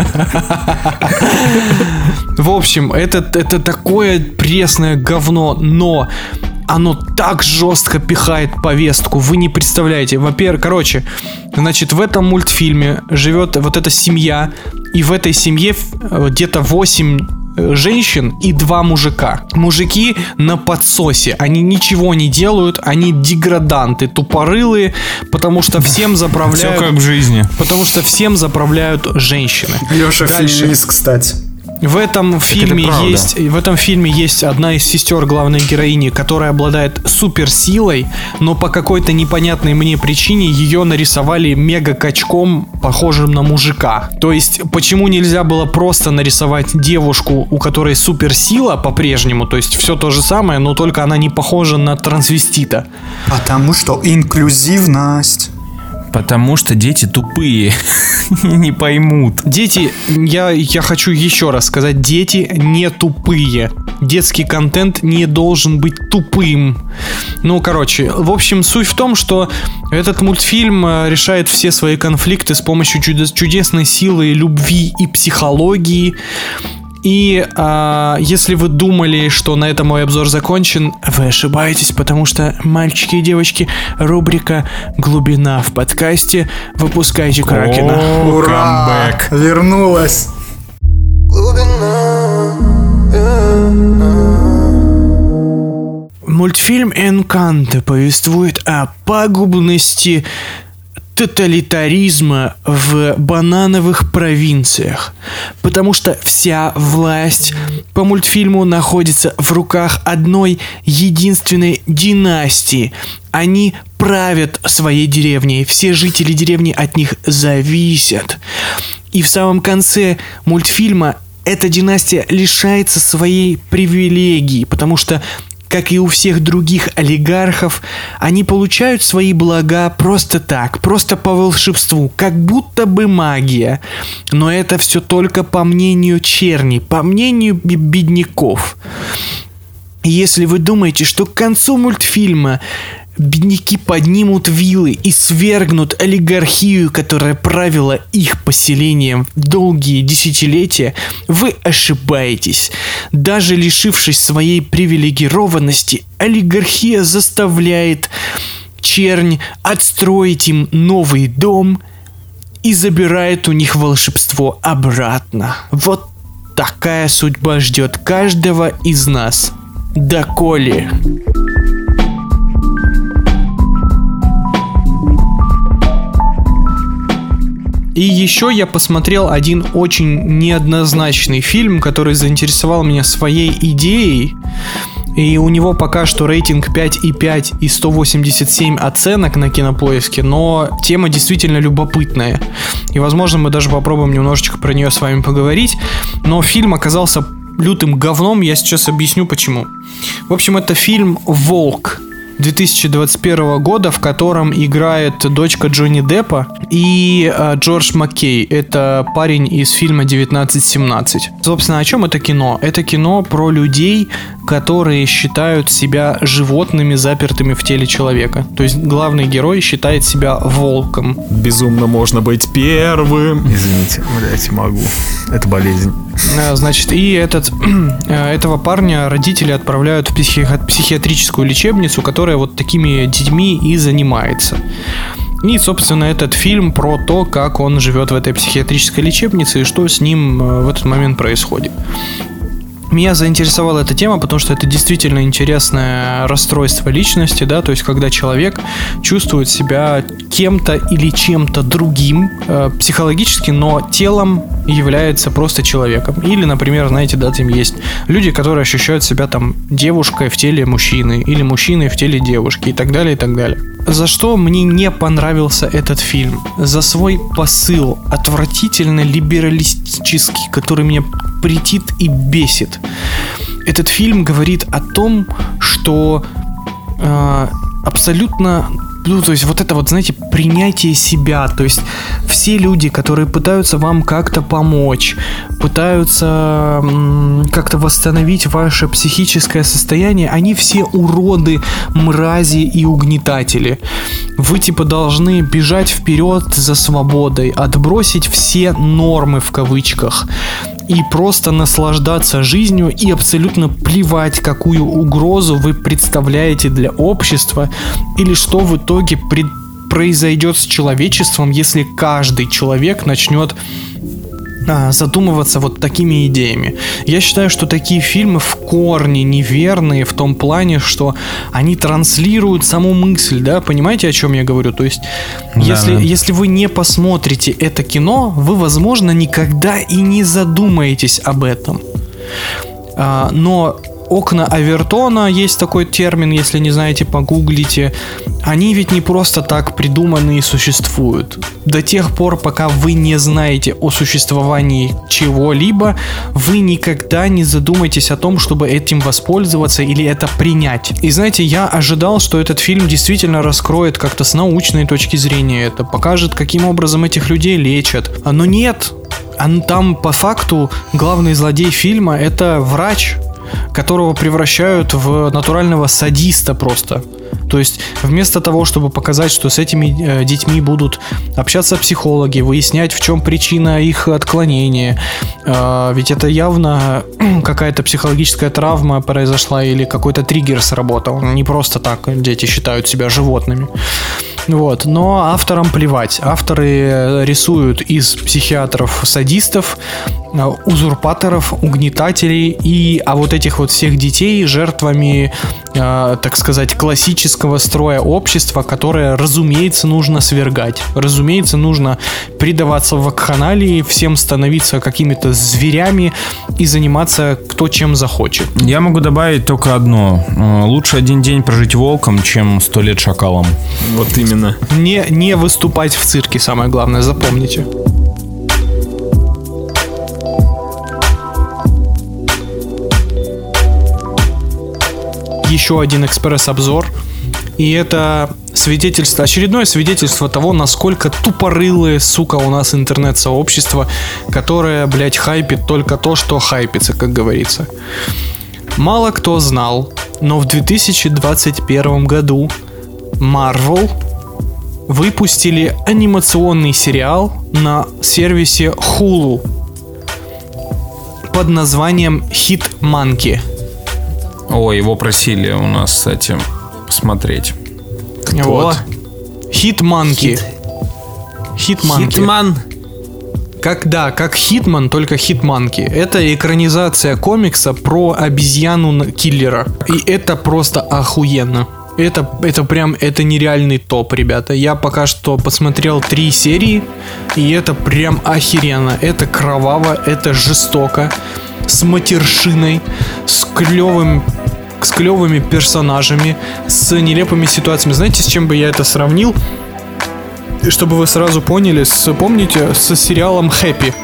В общем, это такое пресное говно, но оно так жестко пихает повестку, вы не представляете. Во-первых, в этом мультфильме живет вот эта семья, и в этой семье где-то 8 женщин и 2 мужика. Мужики на подсосе, они ничего не делают, они деграданты, тупорылые, потому что всем заправляют... Все как в жизни. Потому что всем заправляют женщины. Леша феминист, кстати. В этом фильме есть одна из сестер главной героини, которая обладает суперсилой, но по какой-то непонятной мне причине ее нарисовали мега-качком, похожим на мужика. То есть, почему нельзя было просто нарисовать девушку, у которой суперсила по-прежнему, то есть все то же самое, но только она не похожа на трансвестита? Потому что инклюзивность. Потому что дети тупые, не поймут. Дети, я хочу еще раз сказать, дети не тупые. Детский контент не должен быть тупым. В общем, суть в том, что этот мультфильм решает все свои конфликты с помощью чудесной силы, любви и психологии. И если вы думали, что на этом мой обзор закончен, вы ошибаетесь, потому что, мальчики и девочки, рубрика «Глубина» в подкасте. Выпускайте Кракена. Ура! Вернулась! Мультфильм «Encanto» повествует о пагубности тоталитаризма в банановых провинциях, потому что вся власть по мультфильму находится в руках одной единственной династии. Они правят своей деревней, все жители деревни от них зависят. И в самом конце мультфильма эта династия лишается своей привилегии, потому что, как и у всех других олигархов, они получают свои блага просто так, просто по волшебству, как будто бы магия. Но это все только по мнению черни, по мнению бедняков. Если вы думаете, что к концу мультфильма бедняки поднимут вилы и свергнут олигархию, которая правила их поселением долгие десятилетия, вы ошибаетесь. Даже лишившись своей привилегированности, олигархия заставляет чернь отстроить им новый дом и забирает у них волшебство обратно. Вот такая судьба ждет каждого из нас. Доколе. И еще я посмотрел один очень неоднозначный фильм, который заинтересовал меня своей идеей. И у него пока что рейтинг 5,5 и 187 оценок на Кинопоиске, но тема действительно любопытная. И, возможно, мы даже попробуем немножечко про нее с вами поговорить. Но фильм оказался лютым говном, я сейчас объясню почему. В общем, это фильм «Волк» 2021 года, в котором играет дочка Джонни Деппа и Джордж Маккей. Это парень из фильма «1917». Собственно, о чем это кино? Это кино про людей, которые считают себя животными, запертыми в теле человека. То есть главный герой считает себя волком. Безумно можно быть первым. Извините, блять, могу. Это болезнь. Значит, и этого парня родители отправляют в психиатрическую лечебницу, которая вот такими детьми и занимается. И, собственно, этот фильм про то, как он живет в этой психиатрической лечебнице и что с ним в этот момент происходит. Меня заинтересовала эта тема, потому что это действительно интересное расстройство личности, да, то есть когда человек чувствует себя кем-то или чем-то другим психологически, но телом является просто человеком. Или, например, знаете, да, там есть люди, которые ощущают себя там девушкой в теле мужчины или мужчиной в теле девушки и так далее, и так далее. За что мне не понравился этот фильм? За свой посыл отвратительно либералистический, который меня претит и бесит. Этот фильм говорит о том, что абсолютно... Ну, то есть вот это вот, знаете, принятие себя. То есть все люди, которые пытаются вам как-то помочь, пытаются как-то восстановить ваше психическое состояние, они все уроды, мрази и угнетатели. Вы типа должны бежать вперед за свободой, отбросить все нормы в кавычках и просто наслаждаться жизнью и абсолютно плевать, какую угрозу вы представляете для общества или что в итоге произойдет с человечеством, если каждый человек начнет задумываться вот такими идеями. Я считаю, что такие фильмы в корне неверные в том плане, что они транслируют саму мысль, да, понимаете, о чем я говорю? То есть, если вы не посмотрите это кино, вы, возможно, никогда и не задумаетесь об этом. Но окна Авертона, есть такой термин, если не знаете, погуглите. Они ведь не просто так придуманы и существуют. До тех пор, пока вы не знаете о существовании чего-либо, вы никогда не задумаетесь о том, чтобы этим воспользоваться или это принять. И знаете, я ожидал, что этот фильм действительно раскроет как-то с научной точки зрения это, покажет, каким образом этих людей лечат. Но нет. Там по факту главный злодей фильма — это врач, которого превращают в натурального садиста просто. То есть вместо того, чтобы показать, что с этими детьми будут общаться психологи, выяснять, в чем причина их отклонения, ведь это явно какая-то психологическая травма произошла или какой-то триггер сработал. Не просто так дети считают себя животными. Вот. Но авторам плевать. Авторы рисуют из психиатров садистов, узурпаторов, угнетателей, а вот этих вот всех детей жертвами, так сказать, классического строя общества, которое, разумеется, нужно свергать. Разумеется, нужно предаваться вакханалии, всем становиться какими-то зверями и заниматься кто чем захочет. Я могу добавить только одно. Лучше один день прожить волком, чем 100 лет шакалом. Вот именно. Не выступать в цирке, самое главное, запомните. Еще один экспресс-обзор. И это свидетельство, очередное свидетельство того, насколько тупорылое, сука, у нас интернет-сообщество, которое, блядь, хайпит только то, что хайпится, как говорится. Мало кто знал, но в 2021 году Marvel выпустили анимационный сериал на сервисе Hulu под названием Hitmonkey. О, его просили у нас, кстати, посмотреть. Вот. Hitmonkey. Хитман. Как Хитман, только Hitmonkey. Это экранизация комикса про обезьяну-киллера. И это просто охуенно. Это прям, это нереальный топ, ребята. Я пока что посмотрел 3 серии, и это прям охеренно. Это кроваво, это жестоко, с матершиной, с клевыми персонажами, с нелепыми ситуациями. Знаете, с чем бы я это сравнил? Чтобы вы сразу поняли, помните, с сериалом «Хэппи».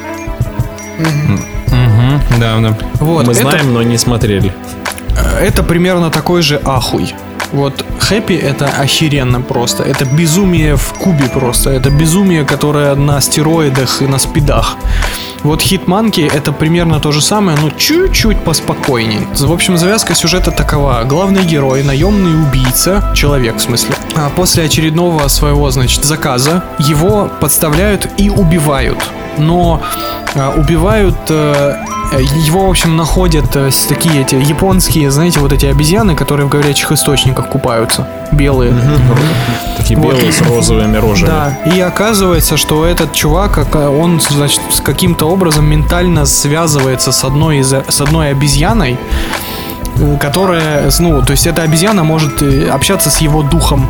Да. Вот, мы знаем, но не смотрели. Это примерно такой же ахуй. Вот «Хэппи» — это охеренно просто. Это безумие в кубе просто. Это безумие, которое на стероидах и на спидах. Вот «Хитманки» — это примерно то же самое, но чуть-чуть поспокойней. В общем, завязка сюжета такова. Главный герой, наемный убийца, человек в смысле, после очередного своего, значит, заказа его подставляют и убивают. Но убивают... Его, в общем, находят такие эти японские, знаете, вот эти обезьяны, которые в говорячих источниках купаются. Белые. Такие белые с розовыми рожами. Да, и оказывается, что этот чувак, он, значит, с каким-то образом ментально связывается с одной обезьяной, которая, ну, то есть эта обезьяна может общаться с его духом.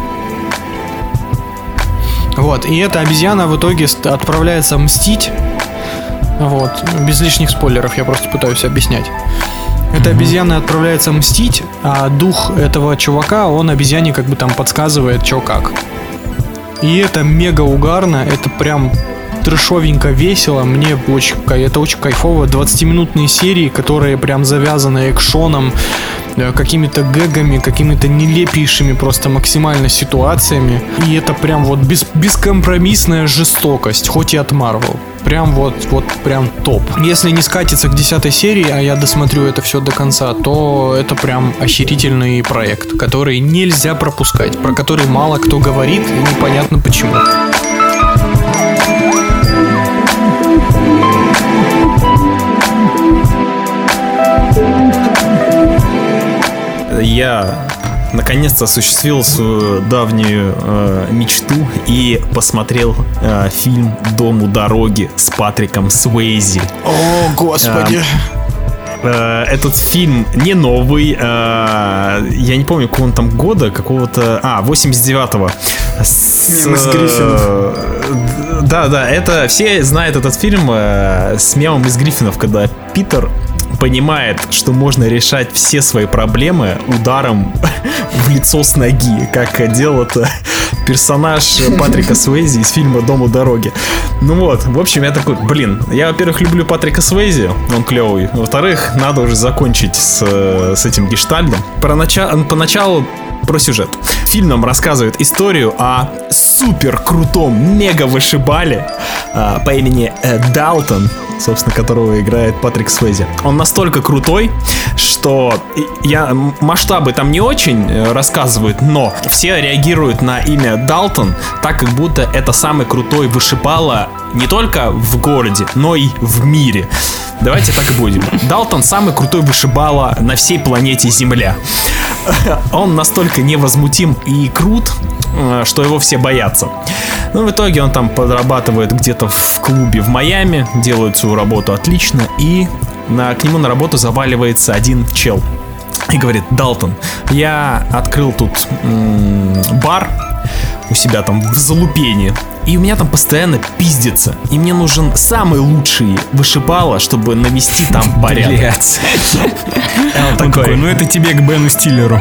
Вот, и эта обезьяна в итоге отправляется мстить. Вот, без лишних спойлеров, я просто пытаюсь объяснять. Эта обезьяна отправляется мстить, а дух этого чувака, он обезьяне как бы там подсказывает, чё как. И это мега угарно, это прям трэшовенько весело, это очень кайфово. 20-минутные серии, которые прям завязаны экшоном, какими-то гэгами, какими-то нелепейшими просто максимально ситуациями. И это прям вот бескомпромиссная жестокость, хоть и от Marvel. Прям вот прям топ. Если не скатиться к 10 серии, а я досмотрю это все до конца, то это прям охерительный проект, который нельзя пропускать, про который мало кто говорит, и непонятно почему. Я наконец-то осуществил свою давнюю мечту и посмотрел фильм «Дом у дороги» с Патриком Суэйзи. О, господи! Этот фильм не новый, я не помню, какого он там года, какого-то... 89-го. С Гриффинов. Да, это все знают этот фильм с мемом из Гриффинов, когда Питер понимает, что можно решать все свои проблемы ударом в лицо с ноги, как делал это персонаж Патрика Суэйзи из фильма «Дом у дороги». Ну вот, в общем, я такой, я, во-первых, люблю Патрика Суэйзи, он клевый. Во-вторых, надо уже закончить с этим гештальтом. Поначалу про сюжет. Фильм нам рассказывает историю о супер крутом мега-вышибале по имени Далтон, собственно, которого играет Патрик Суэйзи. Он настолько крутой, что масштабы там не очень рассказывают, но все реагируют на имя Далтон так, как будто это самый крутой вышибала не только в городе, но и в мире. Давайте так и будем. Далтон самый крутой вышибала на всей планете Земля. Он настолько невозмутим и крут, что его все боятся. Но в итоге он там подрабатывает где-то в клубе в Майами, делает свою работу отлично, и к нему на работу заваливается один чел и говорит: Далтон, я открыл тут бар у себя там в залупении, и у меня там постоянно пиздится, и мне нужен самый лучший вышибала, чтобы навести там порядок. Он такой, ну это тебе к Бену Стиллеру.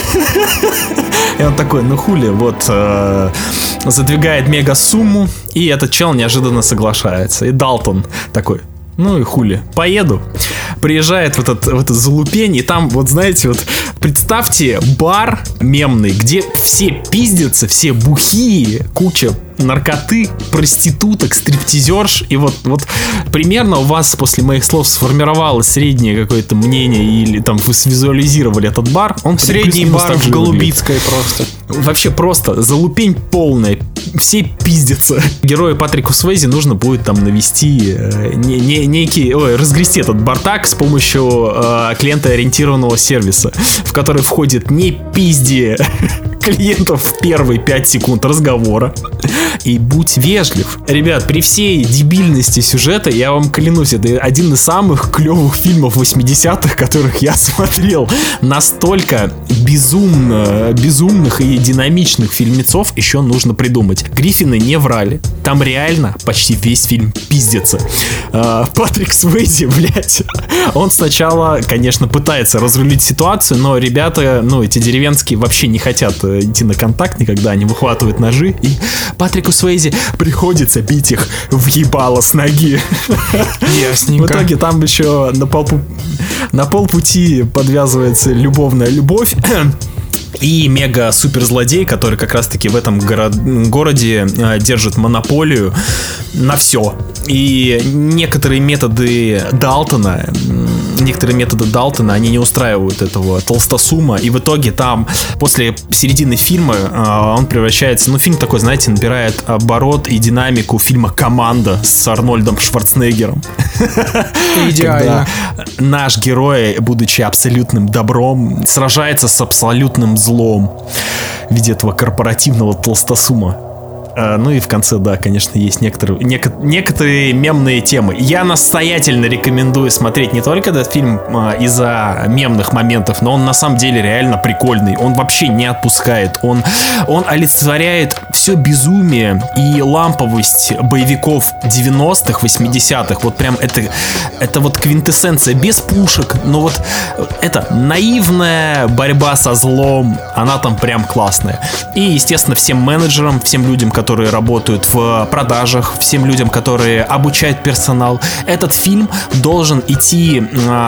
И он такой, ну хули, вот задвигает мега сумму, и этот чел неожиданно соглашается. И Далтон такой, ну и хули, поеду. Приезжает в это залупень, и там, вот знаете, вот представьте бар мемный, где все пиздятся, все бухие, куча наркоты, проституток, стриптизерш. И вот примерно у вас после моих слов сформировалось среднее какое-то мнение, или там вы свизуализировали этот бар. Он средний бар в Голубицкой просто. Вообще просто залупень полная, все пиздятся. Герою Патрику Суэйзи нужно будет там навести разгрести этот бардак с помощью клиентоориентированного сервиса, в который входит не пизди клиентов в первые 5 секунд разговора. И будь вежлив. Ребят, при всей дебильности сюжета, я вам клянусь, это один из самых клевых фильмов 80-х, которых я смотрел. Настолько безумных и динамичных фильмецов еще нужно придумать. Гриффины не врали. Там реально почти весь фильм пиздится. Патрик Суэйзи, блядь, он сначала, конечно, пытается разрулить ситуацию, но ребята, эти деревенские вообще не хотят идти на контакт никогда, они выхватывают ножи, и Патрику Суэйзи приходится бить их в ебало с ноги. Ясненько. В итоге там еще на полпути подвязывается любовная любовь. И мега-суперзлодей, который как раз-таки в этом городе держит монополию на все. И некоторые методы Далтона, они не устраивают этого толстосума. И в итоге там, после середины фильма, он превращается... фильм такой, знаете, набирает оборот и динамику фильма «Команда» с Арнольдом Шварценеггером. Идеально. Когда наш герой, будучи абсолютным добром, сражается с абсолютным злом в виде этого корпоративного толстосума. Ну и в конце, да, конечно, есть некоторые мемные темы. Я настоятельно рекомендую смотреть не только этот фильм из-за мемных моментов, но он на самом деле реально прикольный. Он вообще не отпускает. Он олицетворяет все безумие и ламповость боевиков 90-х, 80-х. Вот прям это вот квинтэссенция без пушек. Но вот это наивная борьба со злом, она там прям классная. И, естественно, всем менеджерам, всем людям, которые работают в продажах, всем людям, которые обучают персонал, этот фильм должен идти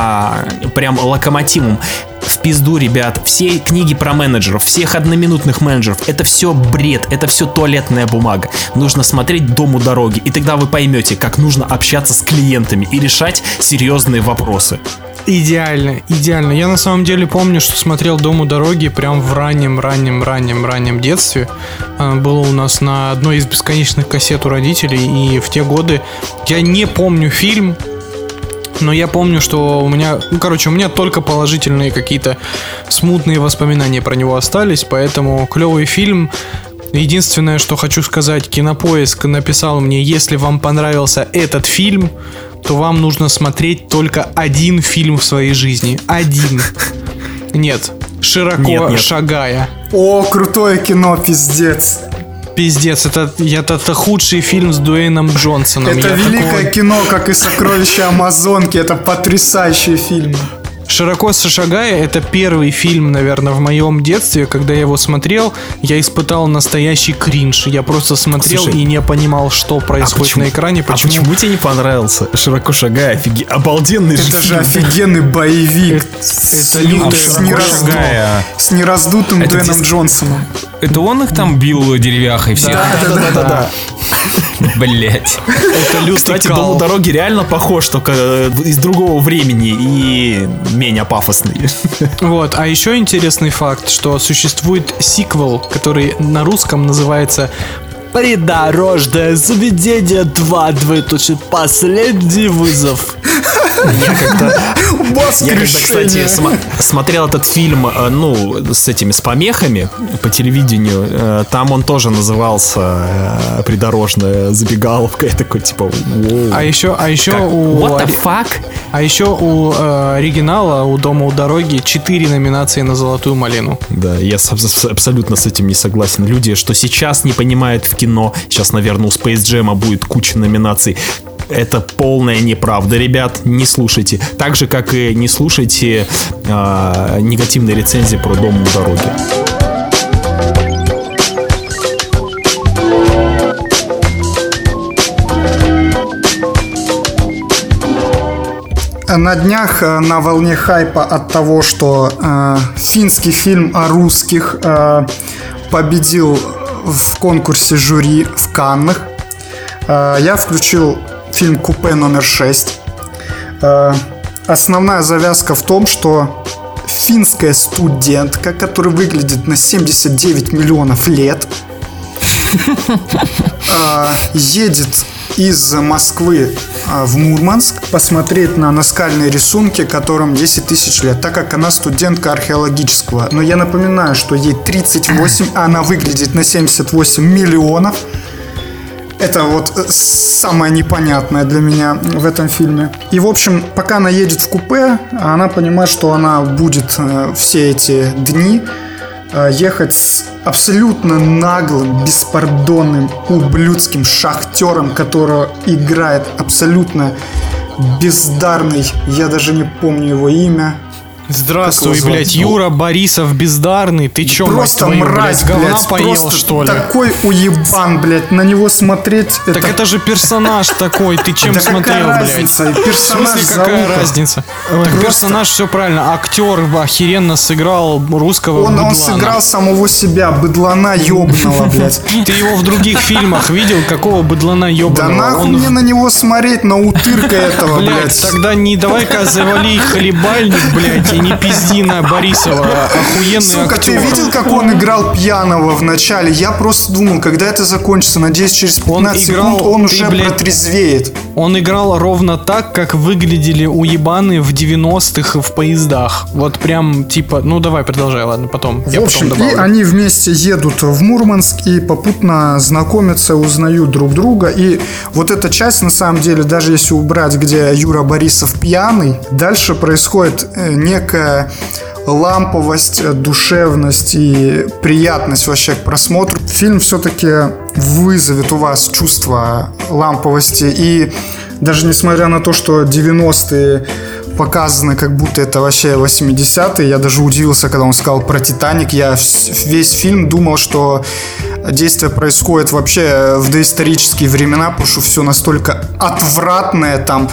прям локомотивом. В пизду, ребят, все книги про менеджеров, всех одноминутных менеджеров, это все бред, это все туалетная бумага. Нужно смотреть «Дом у дороги», и тогда вы поймете, как нужно общаться с клиентами и решать серьезные вопросы. Идеально. Я на самом деле помню, что смотрел «Дом у дороги» прям в раннем детстве. Было у нас на одной из бесконечных кассет у родителей, и в те годы я не помню фильм, но я помню, что у меня только положительные какие-то смутные воспоминания про него остались, поэтому клевый фильм. Единственное, что хочу сказать, Кинопоиск написал мне: если вам понравился этот фильм, то вам нужно смотреть только один фильм в своей жизни. Один. Нет. «Широко шагая». О, крутое кино, пиздец. Пиздец, это худший фильм с Дуэйном Джонсоном. Это великое кино, как и «Сокровища Амазонки». Это потрясающий фильм. «Широко шагая» — это первый фильм, наверное, в моем детстве. Когда я его смотрел, я испытал настоящий кринж. Я просто смотрел и не понимал, что происходит на экране. Почему тебе не понравился «Широко шагая»? Обалденный же фильм. Это же офигенный боевик. С нераздутым Дуэйном Джонсоном. Это он их там бил деревяхой всех? Да. Блять. Кстати, «Дом у дороги» реально похож, только из другого времени и менее пафосный. Вот, а еще интересный факт, что существует сиквел, который на русском называется «Придорожное заведение 2. Последний вызов». Я когда, кстати, смотрел этот фильм, с помехами по телевидению, там он тоже назывался «Придорожная забегаловка». Я такой, типа, воу. А еще What the fuck? А еще у оригинала, у «Дома у дороги» 4 номинации на «Золотую малину». Да, я абсолютно с этим не согласен. Люди, что сейчас не понимают в кино, сейчас, наверное, у Space Jam'а будет куча номинаций. Это полная неправда, ребят, не слушайте. Так же, как и не слушайте негативные рецензии про «Дом у дороги». На днях на волне хайпа от того, что финский фильм о русских победил в конкурсе жюри в Каннах, я включил фильм «Купе номер 6». Основная завязка в том, что финская студентка, которая выглядит на 79 миллионов лет, едет из Москвы в Мурманск посмотреть на наскальные рисунки, которым 10 тысяч лет, так как она студентка археологического. Но я напоминаю, что ей 38, а она выглядит на 78 миллионов. Это вот самое непонятное для меня в этом фильме. И, в общем, пока она едет в купе, она понимает, что она будет все эти дни ехать с абсолютно наглым, беспардонным, ублюдским шахтером, которого играет абсолютно бездарный, я даже не помню его имя. Здравствуй, блядь, Юра Борисов бездарный. Ты чё, просто мать твою, мразь, блядь, говна блядь, поел, что ли? Такой уебан, блядь, на него смотреть. Так это же персонаж такой, ты чем смотрел, блядь? Персонаж, в смысле, какая разница? Так персонаж, все правильно, актер охеренно сыграл русского быдлана. Он сыграл самого себя, быдлана ёбаного, блядь. Ты его в других фильмах видел, какого быдлана ёбаного? Да нахуй мне на него смотреть, на утырка этого, блядь. Тогда не давай-ка завали хлебальник, блядь, и не пизди на Борисова, охуенный сука, актер. ты видел, как он играл пьяного в начале? Я просто думал, когда это закончится, надеюсь, через 15 секунд он уже протрезвеет. Он играл ровно так, как выглядели уебаны в 90-х в поездах. Вот прям типа, ну давай продолжай, ладно, потом. В общем, и они вместе едут в Мурманск и попутно знакомятся, узнают друг друга. И вот эта часть, на самом деле, даже если убрать, где Юра Борисов пьяный, дальше происходит некая ламповость, душевность и приятность вообще к просмотру. Фильм все-таки вызовет у вас чувство ламповости. И даже несмотря на то, что 90-е показаны, как будто это вообще 80-е, я даже удивился, когда он сказал про «Титаник». Я весь фильм думал, что действие происходит вообще в доисторические времена, потому что все настолько отвратное, там,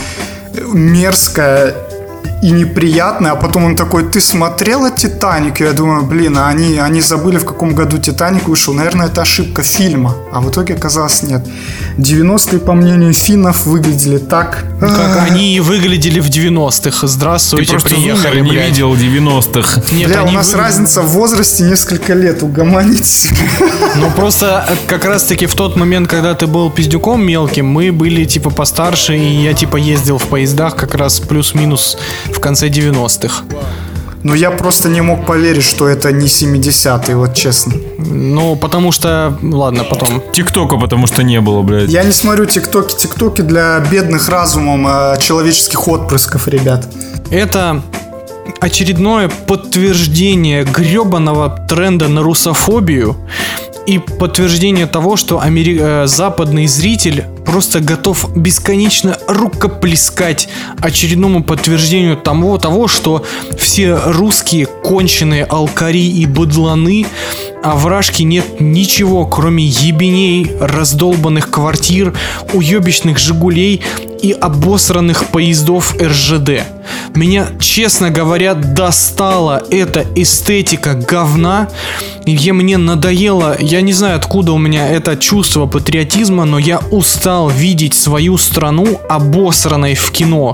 мерзкое и неприятно, а потом он такой: ты смотрела «Титаник»? И я думаю, блин, а они забыли, в каком году «Титаник» вышел. Наверное, это ошибка фильма. А в итоге оказалось нет. 90-е, по мнению финнов, выглядели так. Как они и выглядели в 90-х. Здравствуйте, ты приехали, не блядь. видел 90-х. Нет, бля, у нас разница в возрасте несколько лет, угомонитесь. Ну просто как раз таки в тот момент, когда ты был пиздюком мелким, мы были типа постарше, и я типа ездил в поездах как раз плюс-минус в конце 90-х. Но я просто не мог поверить, что это не 70-е, вот честно. Ну, потому что... Ладно, потом. ТикТока потому что не было, блядь. Я не смотрю ТикТоки. ТикТоки для бедных разумом человеческих отпрысков, ребят. Это очередное подтверждение гребаного тренда на русофобию и подтверждение того, что западный зритель просто готов бесконечно рукоплескать очередному подтверждению того, что все русские конченые алкари и быдланы, а в Рашке нет ничего, кроме ебеней, раздолбанных квартир, уебищных «Жигулей» и обосранных поездов РЖД. Меня, честно говоря, достала эта эстетика говна. И мне надоело, я не знаю, откуда у меня это чувство патриотизма, но я устал видеть свою страну обосранной в кино.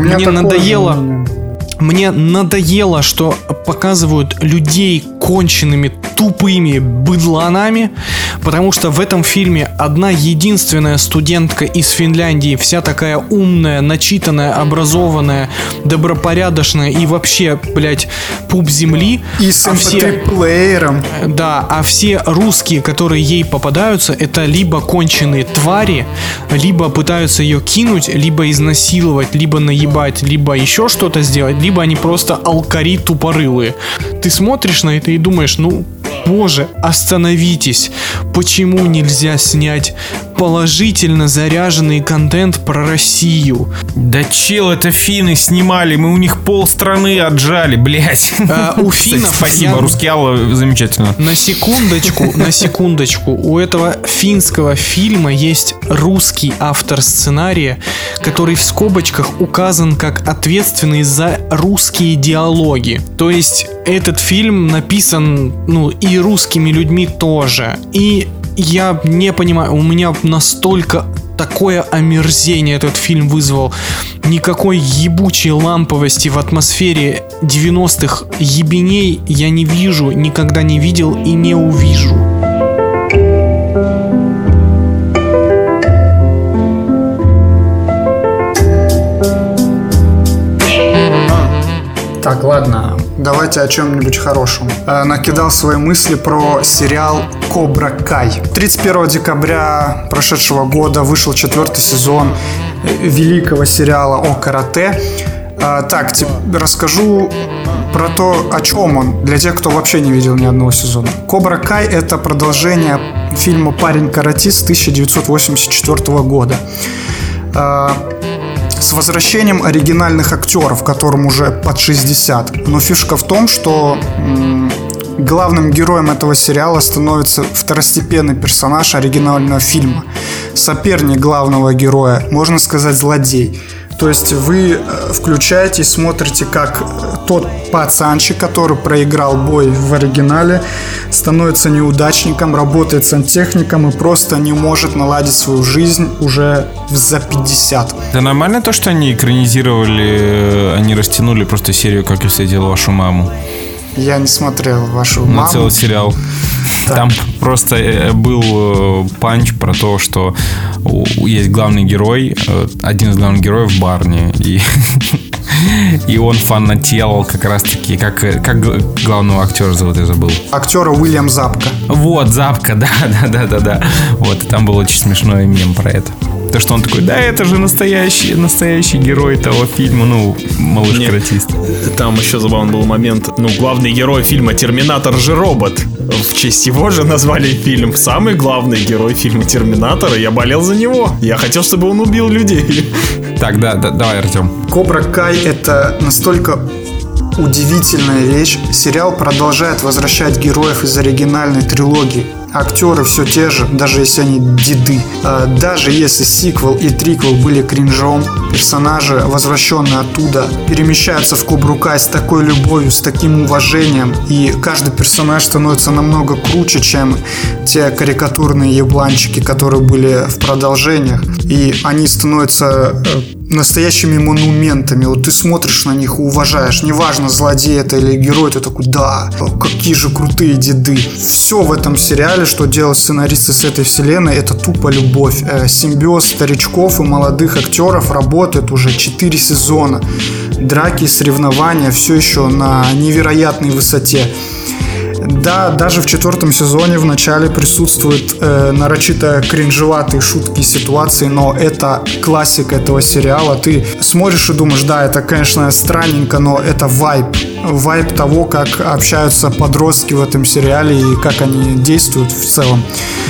Мне надоело, что показывают людей конченными, тупыми быдланами, потому что в этом фильме одна единственная студентка из Финляндии, вся такая умная, начитанная, образованная, добропорядочная и вообще, блядь, пуп земли. И с MP3-плеером. Да, а все русские, которые ей попадаются, это либо конченые твари, либо пытаются ее кинуть, либо изнасиловать, либо наебать, либо еще что-то сделать, либо они просто алкари тупорылые. Ты смотришь на это и думаешь, ну, боже, остановитесь. Почему нельзя снять положительно заряженный контент про Россию? Да чел, это финны снимали, мы у них полстраны отжали, блять. У финнов... Спасибо, русский Алла, замечательно. На секундочку, у этого финского фильма есть русский автор сценария, который в скобочках указан как ответственный за русские диалоги. То есть этот фильм написан, ну, и русскими людьми тоже. И я не понимаю, у меня настолько такое омерзение этот фильм вызвал. Никакой ебучей ламповости в атмосфере 90-х ебеней я не вижу, никогда не видел и не увижу. Так, ладно, давайте о чем-нибудь хорошем. Накидал свои мысли про сериал «Кобра Кай». 31 декабря прошедшего года вышел 4-й сезон великого сериала о карате. Так, расскажу про то, о чем он, для тех, кто вообще не видел ни одного сезона. «Кобра Кай» — это продолжение фильма «Парень-каратист» 1984 года. С возвращением оригинальных актеров, которым уже под 60. Но фишка в том, что главным героем этого сериала становится второстепенный персонаж оригинального фильма. Соперник главного героя, можно сказать, злодей. То есть вы включаете и смотрите, как тот пацанчик, который проиграл бой в оригинале, становится неудачником, работает сантехником и просто не может наладить свою жизнь уже за 50. Это нормально то, что они экранизировали, они растянули просто серию «Как я встретил вашу маму»? Я не смотрел вашу маму. На целый сериал. Так. Там просто был панч про то, что есть главный герой, один из главных героев Барни, и он фанател как раз-таки, как главного актера зовут, я забыл. Актера Уильям Запка. Вот, Запка, да. Вот, и там был очень смешной мем про это. То, что он такой, да, это же настоящий герой того фильма, малыш-каратист. Там еще забавный был момент, главный герой фильма «Терминатор» же робот. В честь его же назвали фильм. Самый главный герой фильма «Терминатор», и я болел за него. Я хотел, чтобы он убил людей. Так, да, давай, Артем. «Кобра Кай» — это настолько удивительная вещь. Сериал продолжает возвращать героев из оригинальной трилогии. Актеры все те же, даже если они деды. Даже если сиквел и триквел были кринжом, персонажи, возвращенные оттуда, перемещаются в Кобру Кай с такой любовью, с таким уважением, и каждый персонаж становится намного круче, чем те карикатурные ебланчики, которые были в продолжениях. И они становятся настоящими монументами. Вот ты смотришь на них и уважаешь. Неважно, злодей это или герой, ты такой, да, какие же крутые деды. Все в этом сериале, что делают сценаристы с этой вселенной, это тупо любовь. Симбиоз старичков и молодых актеров работает уже 4 сезона. Драки и соревнования все еще на невероятной высоте. Да, даже в 4-м сезоне в начале присутствуют нарочито кринжеватые шутки и ситуации, но это классика этого сериала. Ты смотришь и думаешь, да, это, конечно, странненько, но это вайб того, как общаются подростки в этом сериале и как они действуют в целом.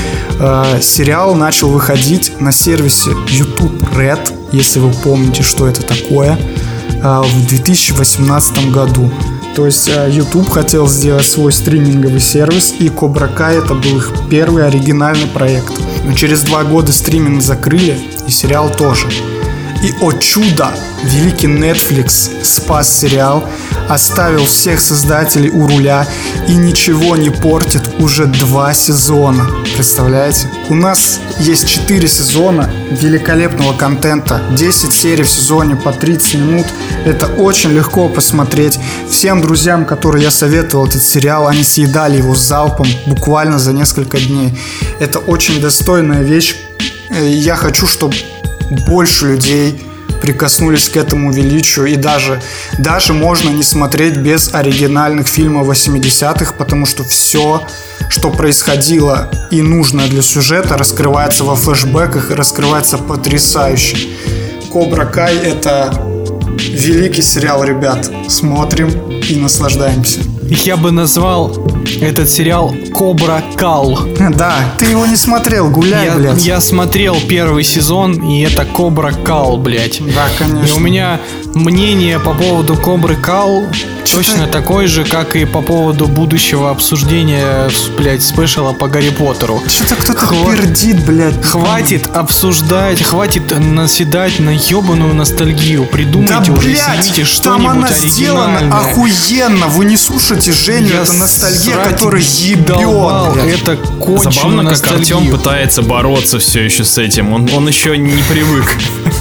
Сериал начал выходить на сервисе YouTube Red, если вы помните, что это такое, в 2018 году. То есть YouTube хотел сделать свой стриминговый сервис, и Кобра Кай это был их первый оригинальный проект. Но через 2 года стриминг закрыли, и сериал тоже. И, о чудо, великий Netflix спас сериал, оставил всех создателей у руля и ничего не портит уже 2 сезона. Представляете? У нас есть 4 сезона великолепного контента, 10 серий в сезоне по 30 минут. Это очень легко посмотреть. Всем друзьям, которые я советовал этот сериал, они съедали его залпом буквально за несколько дней. Это очень достойная вещь. Я хочу, чтобы больше людей прикоснулись к этому величию, и даже можно не смотреть без оригинальных фильмов 80-х, потому что все, что происходило и нужно для сюжета, раскрывается во флешбеках и раскрывается потрясающе. Кобра Кай это великий сериал, ребят. Смотрим и наслаждаемся. Я бы назвал этот сериал «Кобра Кал». Да, ты его не смотрел, гуляй, блядь. Я смотрел 1 сезон, и это «Кобра Кал», блядь. Да, конечно. И у меня мнение по поводу «Кобры Кал» точно такое же, как и по поводу будущего обсуждения, блядь, спешала по Гарри Поттеру. Что-то кто-то пердит, блядь. Хватит обсуждать, хватит наседать на ебаную ностальгию. Придумайте уже, снимите что-нибудь оригинальное. Сделано охуенно. Вы не слушайте Женю, это ностальгия, которая ебет. Это конченая забавно, ностальгия. как Артем пытается бороться все еще с этим. Он еще не привык.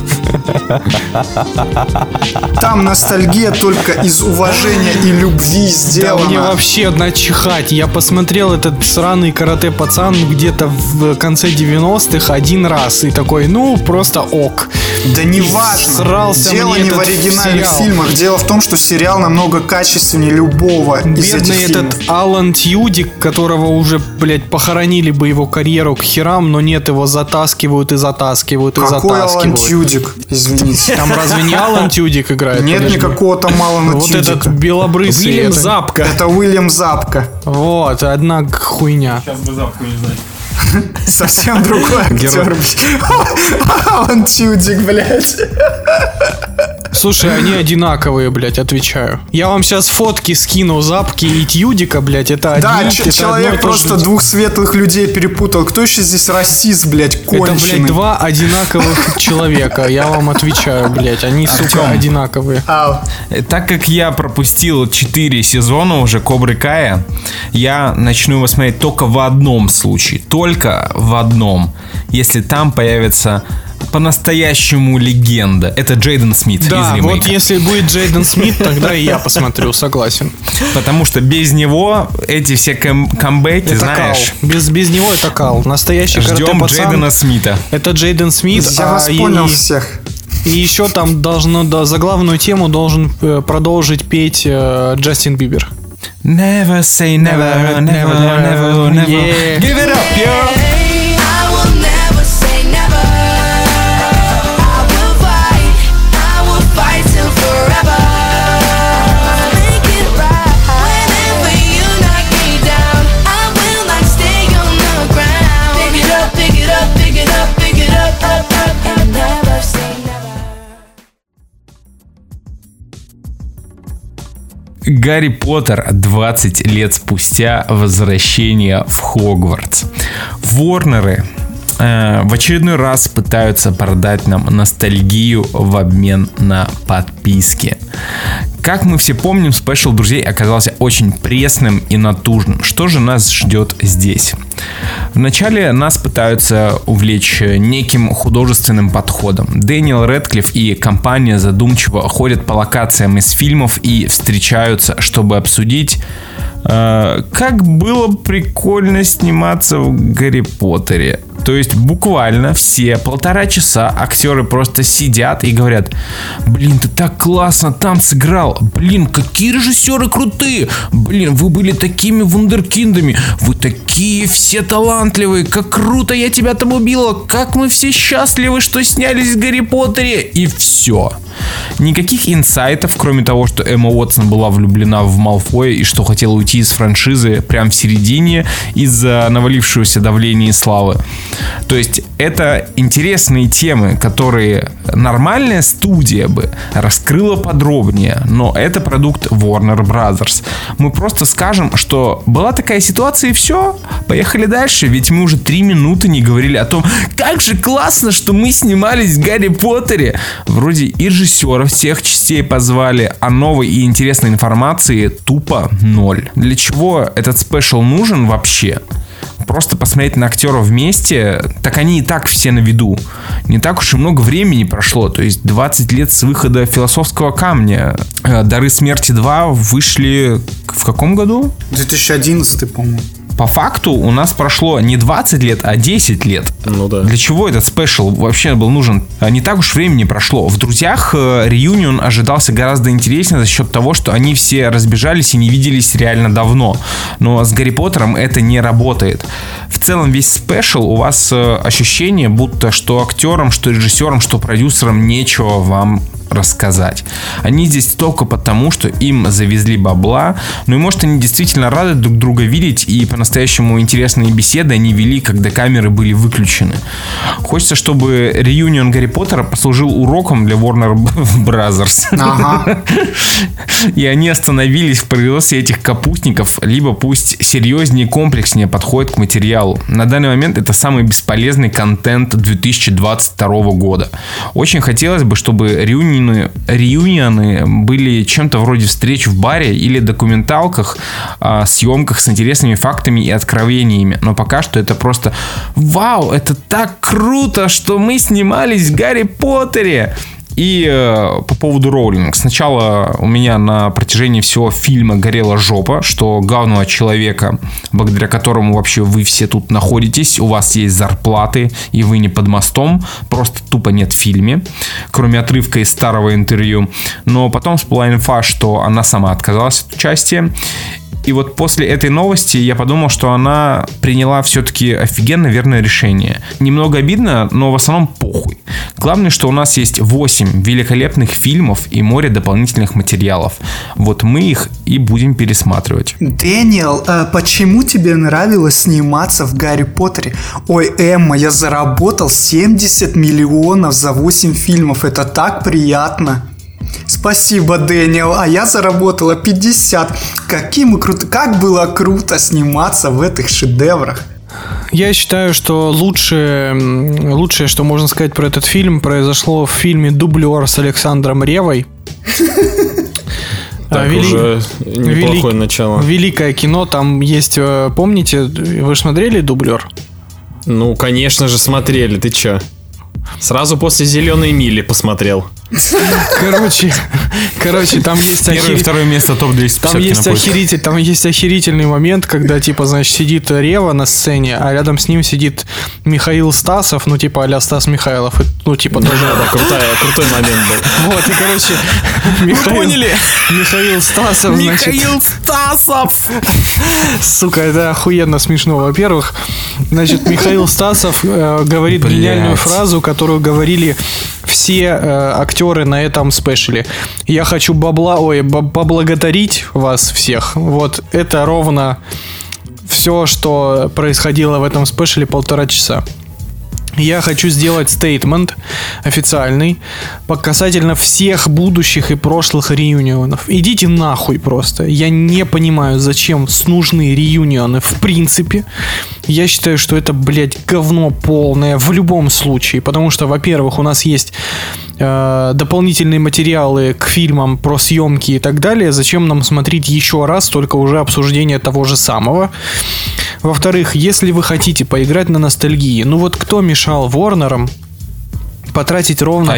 Там ностальгия только из уважения и любви сделана. Да мне вообще начихать. Я посмотрел этот сраный карате-пацан где-то в конце 90-х один раз. И такой, ну, просто ок. Да не важно. Дело не в оригинальных фильмах. Дело в том, что сериал намного качественнее любого из этих Бедный фильмов. этот Алан Тьюдик, которого уже, блядь, похоронили бы его карьеру к херам, но нет, его затаскивают и затаскивают и Какой Алан затаскивают. Тьюдик? Извините. Там разве не Алан Тьюдик играет? Нет Подожди. никакого там Алана Вот Тьюдика. этот белобрысый. Уильям это- Запка. Это Уильям Запка. Вот, одна хуйня. Сейчас бы Запку не знать. Совсем другой актер. Алан Тьюдик, блядь. Слушай, они одинаковые, блядь, отвечаю. Я вам сейчас фотки скину Запки и Тьюдика, блядь, это Да, одни, это одно и человек то же просто лицо. двух светлых людей перепутал. Кто еще здесь расист, блядь, Это, конченый? блядь, два одинаковых человека, я вам отвечаю, блядь, они, сука, одинаковые. Так как я пропустил 4 сезона уже Кобры Кая, я начну его смотреть только в одном случае. Только в одном. Если там появится по-настоящему легенда. Это Джейден Смит из Да, ремейка. вот если будет Джейден Смит, тогда и я посмотрю, согласен. Потому что без него эти все камбэки, Это знаешь, кал. Без него это кал. Настоящий ждем карате-пацан. Джейдена Смита. Это Джейден Смит. Я вас понял всех. И еще там должно, да, за главную тему должен продолжить петь Джастин Бибер. Never say never, never, never, never. Yeah. Give it up, yo! I will never say never. I will fight till forever. Make it right. Whenever you knock me down, I will not stay on the ground. Pick it up, pick it up, pick it up, pick it up, up, up, and never say never. Гарри Поттер 20 лет спустя возвращение в Хогвартс. Ворнеры в очередной раз пытаются продать нам ностальгию в обмен на подписки. Как мы все помним, спешл друзей оказался очень пресным и натужным. Что же нас ждет здесь? Вначале нас пытаются увлечь неким художественным подходом. Дэниел Рэдклифф и компания задумчиво ходят по локациям из фильмов и встречаются, чтобы обсудить, как было прикольно сниматься в Гарри Поттере. То есть буквально все 1,5 часа актеры просто сидят и говорят: блин, ты так классно там сыграл, блин, какие режиссеры крутые, блин, вы были такими вундеркиндами, вы такие все талантливые, как круто я тебя там убила, как мы все счастливы, что снялись в Гарри Поттере, и все. Никаких инсайтов, кроме того, что Эмма Уотсон была влюблена в Малфоя и что хотела уйти из франшизы прямо в середине из-за навалившегося давления и славы. То есть это интересные темы, которые нормальная студия бы раскрыла подробнее, но это продукт Warner Brothers. Мы просто скажем, что была такая ситуация и все, поехали дальше, ведь мы уже 3 минуты не говорили о том, как же классно, что мы снимались в Гарри Поттере. Вроде и режиссеров всех частей позвали, а новой и интересной информации тупо 0. Для чего этот спешл нужен вообще? Просто посмотреть на актеров вместе, так они и так все на виду. Не так уж и много времени прошло, то есть 20 лет с выхода «Философского камня». «Дары смерти 2» вышли в каком году? 2011, по-моему. По факту у нас прошло не 20 лет, а 10 лет. Ну да. Для чего этот спешл вообще был нужен? Не так уж времени прошло. В «Друзьях» реюнион ожидался гораздо интереснее за счет того, что они все разбежались и не виделись реально давно. Но с «Гарри Поттером» это не работает. В целом весь спешл у вас ощущение, будто что актерам, что режиссерам, что продюсерам нечего вам рассказать. Они здесь только потому, что им завезли бабла, ну и может они действительно рады друг друга видеть, и по-настоящему интересные беседы они вели, когда камеры были выключены. Хочется, чтобы реюнион Гарри Поттера послужил уроком для Warner Brothers. Ага. И они остановились в производстве этих капустников, либо пусть серьезнее и комплекснее подходят к материалу. На данный момент это самый бесполезный контент 2022 года. Очень хотелось бы, чтобы реюнионы были чем-то вроде встреч в баре или документалках о съемках с интересными фактами и откровениями. Но пока что это просто: вау, это так круто, что мы снимались в Гарри Поттере. И по поводу Роулинг. Сначала у меня на протяжении всего фильма горела жопа, что главного человека, благодаря которому вообще вы все тут находитесь, у вас есть зарплаты, и вы не под мостом, просто тупо нет в фильме, кроме отрывка из старого интервью. Но потом всплыла инфа, что она сама отказалась от участия. И вот после этой новости я подумал, что она приняла все-таки офигенно верное решение. Немного обидно, но в основном похуй. Главное, что у нас есть 8 великолепных фильмов и море дополнительных материалов. Вот мы их и будем пересматривать. Дэниел, а почему тебе нравилось сниматься в Гарри Поттере? Ой, Эмма, я заработал 70 миллионов за 8 фильмов. Это так приятно. Спасибо, Дэниел, а я заработала 50. Как было круто сниматься в этих шедеврах. Я считаю, что лучшее, что можно сказать про этот фильм, произошло в фильме «Дублер» с Александром Реввой. Так, уже неплохое начало. Великое кино, там есть, помните, вы же смотрели «Дублер»? Ну, конечно же, смотрели, ты чё? Сразу после «Зеленой мили» посмотрел. Короче, там есть Первое и второе место топ-250. Там есть охерительный момент, когда, типа, значит, сидит Рева на сцене, а рядом с ним сидит Михаил Стасов, ну, типа, а-ля Стас Михайлов. Ну, типа, тоже... Да, крутой момент был. Вот, и, короче, Михаил Стасов, значит... Михаил Стасов! Сука, это охуенно смешно, во-первых. Значит, Михаил Стасов говорит гениальную фразу, которую говорили все актеры на этом спешле. Я хочу поблагодарить вас всех. Вот это ровно все, что происходило в этом спешле 1,5 часа. Я хочу сделать стейтмент официальный касательно всех будущих и прошлых реюнионов. Идите нахуй просто. Я не понимаю, зачем нужны реюнионы в принципе. Я считаю, что это, блядь, говно полное в любом случае. Потому что, во-первых, у нас есть дополнительные материалы к фильмам про съемки и так далее. Зачем нам смотреть еще раз только уже обсуждение того же самого? Во-вторых, если вы хотите поиграть на ностальгии, ну вот кто мешал Ворнерам потратить ровно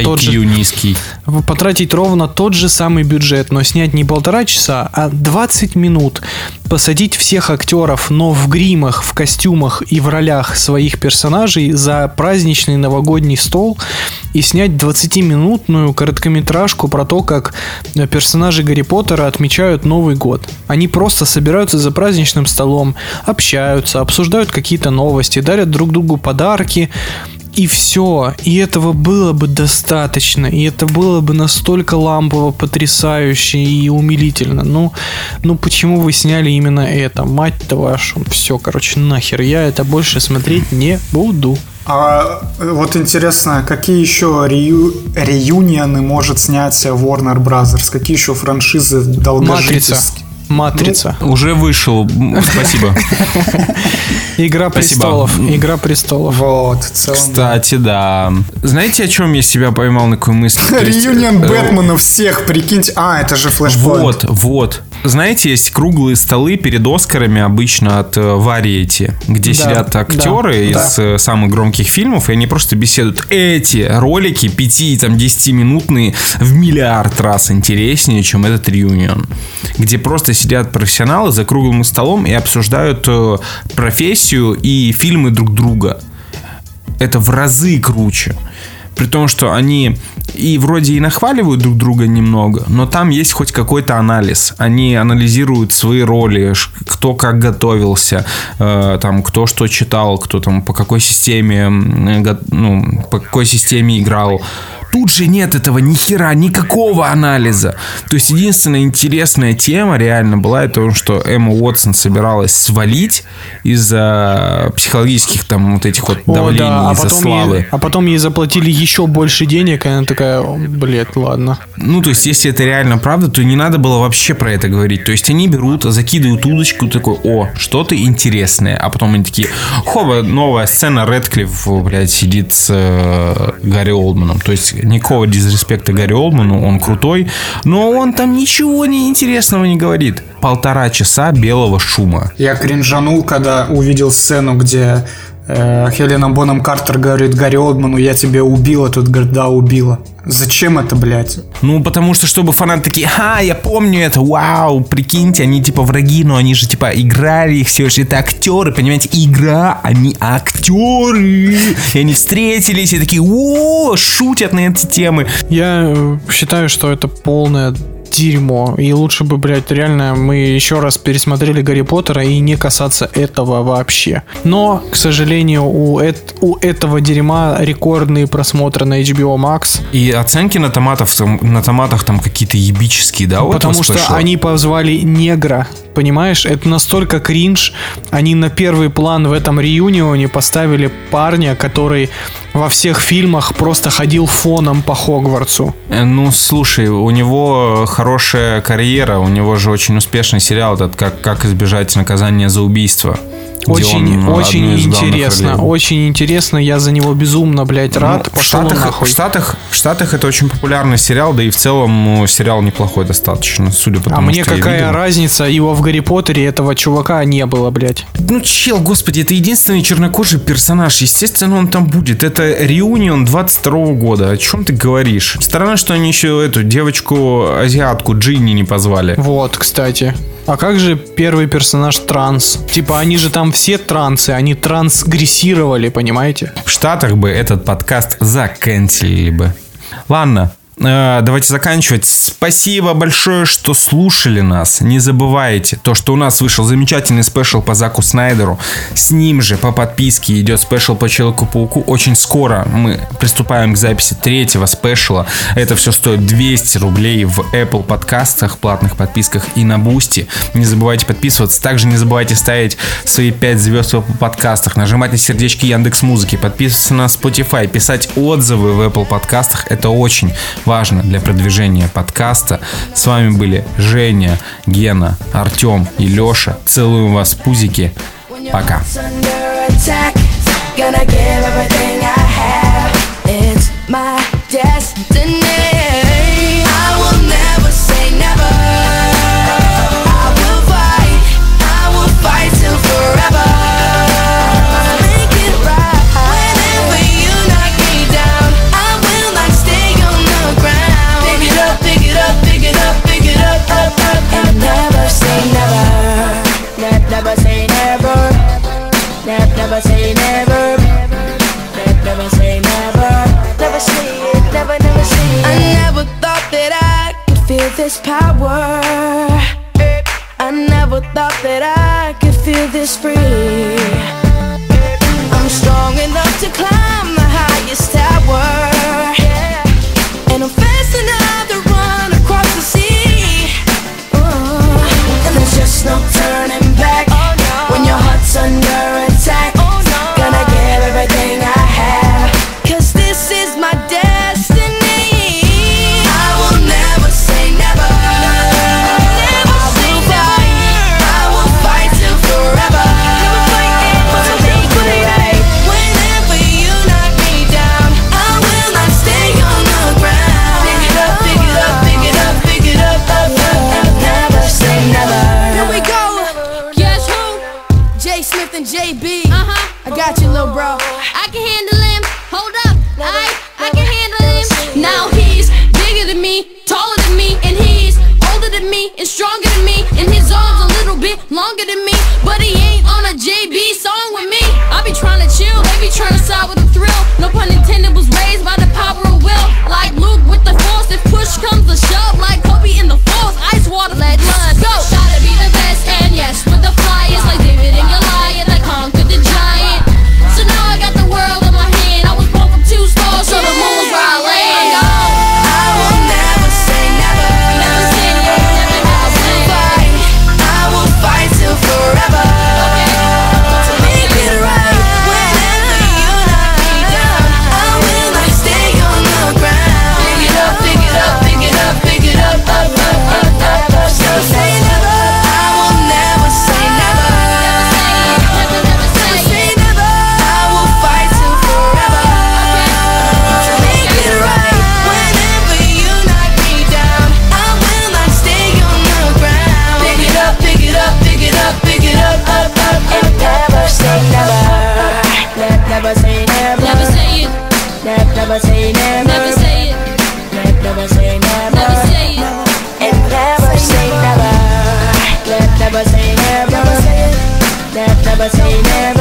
тот же самый бюджет, но снять не 1,5 часа, а 20 минут, посадить всех актеров, но в гримах, в костюмах и в ролях своих персонажей за праздничный новогодний стол и снять 20-минутную короткометражку про то, как персонажи Гарри Поттера отмечают Новый год. Они просто собираются за праздничным столом, общаются, обсуждают какие-то новости, дарят друг другу подарки. И все. И этого было бы достаточно. И это было бы настолько лампово, потрясающе и умилительно. Ну почему вы сняли именно это? Мать-то вашу. Все, короче, нахер. Я это больше смотреть не буду. А вот интересно, какие еще реюнионы может снять Warner Brothers? Какие еще франшизы долгожительские? Матрица. Ну, уже вышел. Спасибо. Игра престолов. Игра престолов. Вот, в целом. Кстати, да. Знаете, о чем я себя поймал на какую мысль? Реюнион Бэтмена всех, прикиньте. Это же Flashpoint. Вот. Знаете, есть круглые столы перед Оскарами обычно от Variety, где сидят актеры из самых громких фильмов, и они просто беседуют. Эти ролики 5-10-минутные в миллиард раз интереснее, чем этот реюнион, где просто сидят профессионалы за круглым столом и обсуждают профессию и фильмы друг друга. Это в разы круче. При том, что они и вроде и нахваливают друг друга немного, но там есть хоть какой-то анализ. Они анализируют свои роли, кто как готовился, там, кто что читал, кто там по какой системе играл. Тут же нет этого ни хера, никакого анализа. То есть единственная интересная тема реально была это, что Эмма Уотсон собиралась свалить из-за психологических там вот этих вот давлений, из-за славы. А потом ей заплатили еще больше денег, и она такая, блядь, ладно. Ну, то есть, если это реально правда, то не надо было вообще про это говорить. То есть, они берут, закидывают удочку, такой, что-то интересное. А потом они такие, новая сцена, Рэдклифф, блядь, сидит с Гарри Олдманом. То есть, никакого дизреспекта Гарри Олдману, он крутой, но он там ничего неинтересного не говорит. 1,5 часа белого шума. Я кринжанул, когда увидел сцену, где Хелена Бонем Картер говорит Гарри Олдману: я тебя убила, тут говорит: да, убила. Зачем это, блядь? Ну, потому что, чтобы фанаты такие: я помню это, вау, прикиньте, они типа враги, но они же типа играли, их все же это актеры, понимаете, игра, они актеры. И они встретились и такие: о, шутят на эти темы. Я считаю, что это полное дерьмо. И лучше бы, блядь, реально мы еще раз пересмотрели Гарри Поттера и не касаться этого вообще. Но, к сожалению, у этого дерьма рекордные просмотры на HBO Max. И оценки на томатах там какие-то ебические, да? Потому что они позвали негра. Понимаешь, это настолько кринж. Они на первый план в этом реюнионе поставили парня, который во всех фильмах просто ходил фоном по Хогвартсу. Ну, слушай, у него хорошая карьера, у него же очень успешный сериал этот «Как избежать наказания за убийство». Очень интересно, очень интересно. Я за него безумно, блядь, рад. В Штатах это очень популярный сериал, да и в целом сериал неплохой достаточно, судя по тому, мне что какая я видел. разница, его в Гарри Поттере этого чувака не было, блядь. Ну, чел, господи, это единственный чернокожий персонаж. Естественно, он там будет. Это реюнион 22-го года. О чем ты говоришь? Странно, что они еще эту девочку-азиатку Джинни не позвали. Вот, кстати. А как же первый персонаж транс? Типа, они же там все трансы, они трансгрессировали, понимаете? В Штатах бы этот подкаст заканчивали бы. Ладно. Давайте заканчивать. Спасибо большое, что слушали нас. Не забывайте, то, что у нас вышел замечательный спешл по Заку Снайдеру. С ним же по подписке идет спешл по Человеку-пауку. Очень скоро мы приступаем к записи 3-го спешла. Это все стоит 200 рублей в Apple подкастах, платных подписках и на Boosty. Не забывайте подписываться. Также не забывайте ставить свои 5 звезд в Apple подкастах, нажимать на сердечки Яндекс.Музыки, подписываться на Spotify, писать отзывы в Apple подкастах. Это очень важно для продвижения подкаста. С вами были Женя, Гена, Артем и Леша. Целуем вас, пузики. Пока. Never say never. Never say never. Never say never. Never say it. Never say it. I never thought that I could feel this power. I never thought that I could feel this free. I'm strong enough to climb the highest tower. And I'm fast enough to run across the sea. And there's just no turning back. When your heart's under attack, gonna give everything I have. 'Cause this is my destiny. I will never say never. Never say never. I will fight till forever. Never fight to make it right. Whenever you knock me down, I will not stay on the ground. Pick it up, pick it up, pick it up, pick it up, up, up. And never say never. Here we go. Guess who? J Smith and JB. I got you, little bro. I can handle him. Hold up. I can handle him. Now he's bigger than me, taller than me, and he's older than me and stronger than me. And his arms a little bit longer than me, but he ain't on a JB song with me. I be trying to chill, they be trying to side with a thrill. No pun intended, was raised by the power of will. Like Luke with the force, if push comes to shove, like Kobe in the force, ice water, let blood go. Gotta be the best, and yes, with the flyers, like David and Goliath, I conquered the giant. So now I got the world in my hand. I was born from 2 stars, so the moon's where I land. I will never say never. Never say never. I will fight. I will fight till forever. To make it right. Whenever you knock me down, I will not stay on the ground. Pick it up, pick it up, pick it up, pick it up, up, up, up, up. Never say never. I will never say never. Never say never. I will fight till forever. To make it right. Whenever you knock me down, I will not stay on the ground. Pick it up, pick it up, pick it up, pick it up, up, up, up. Never say never. never say never. Never say it. Never say never. Never say it. And never say never. Never say never. Never say never.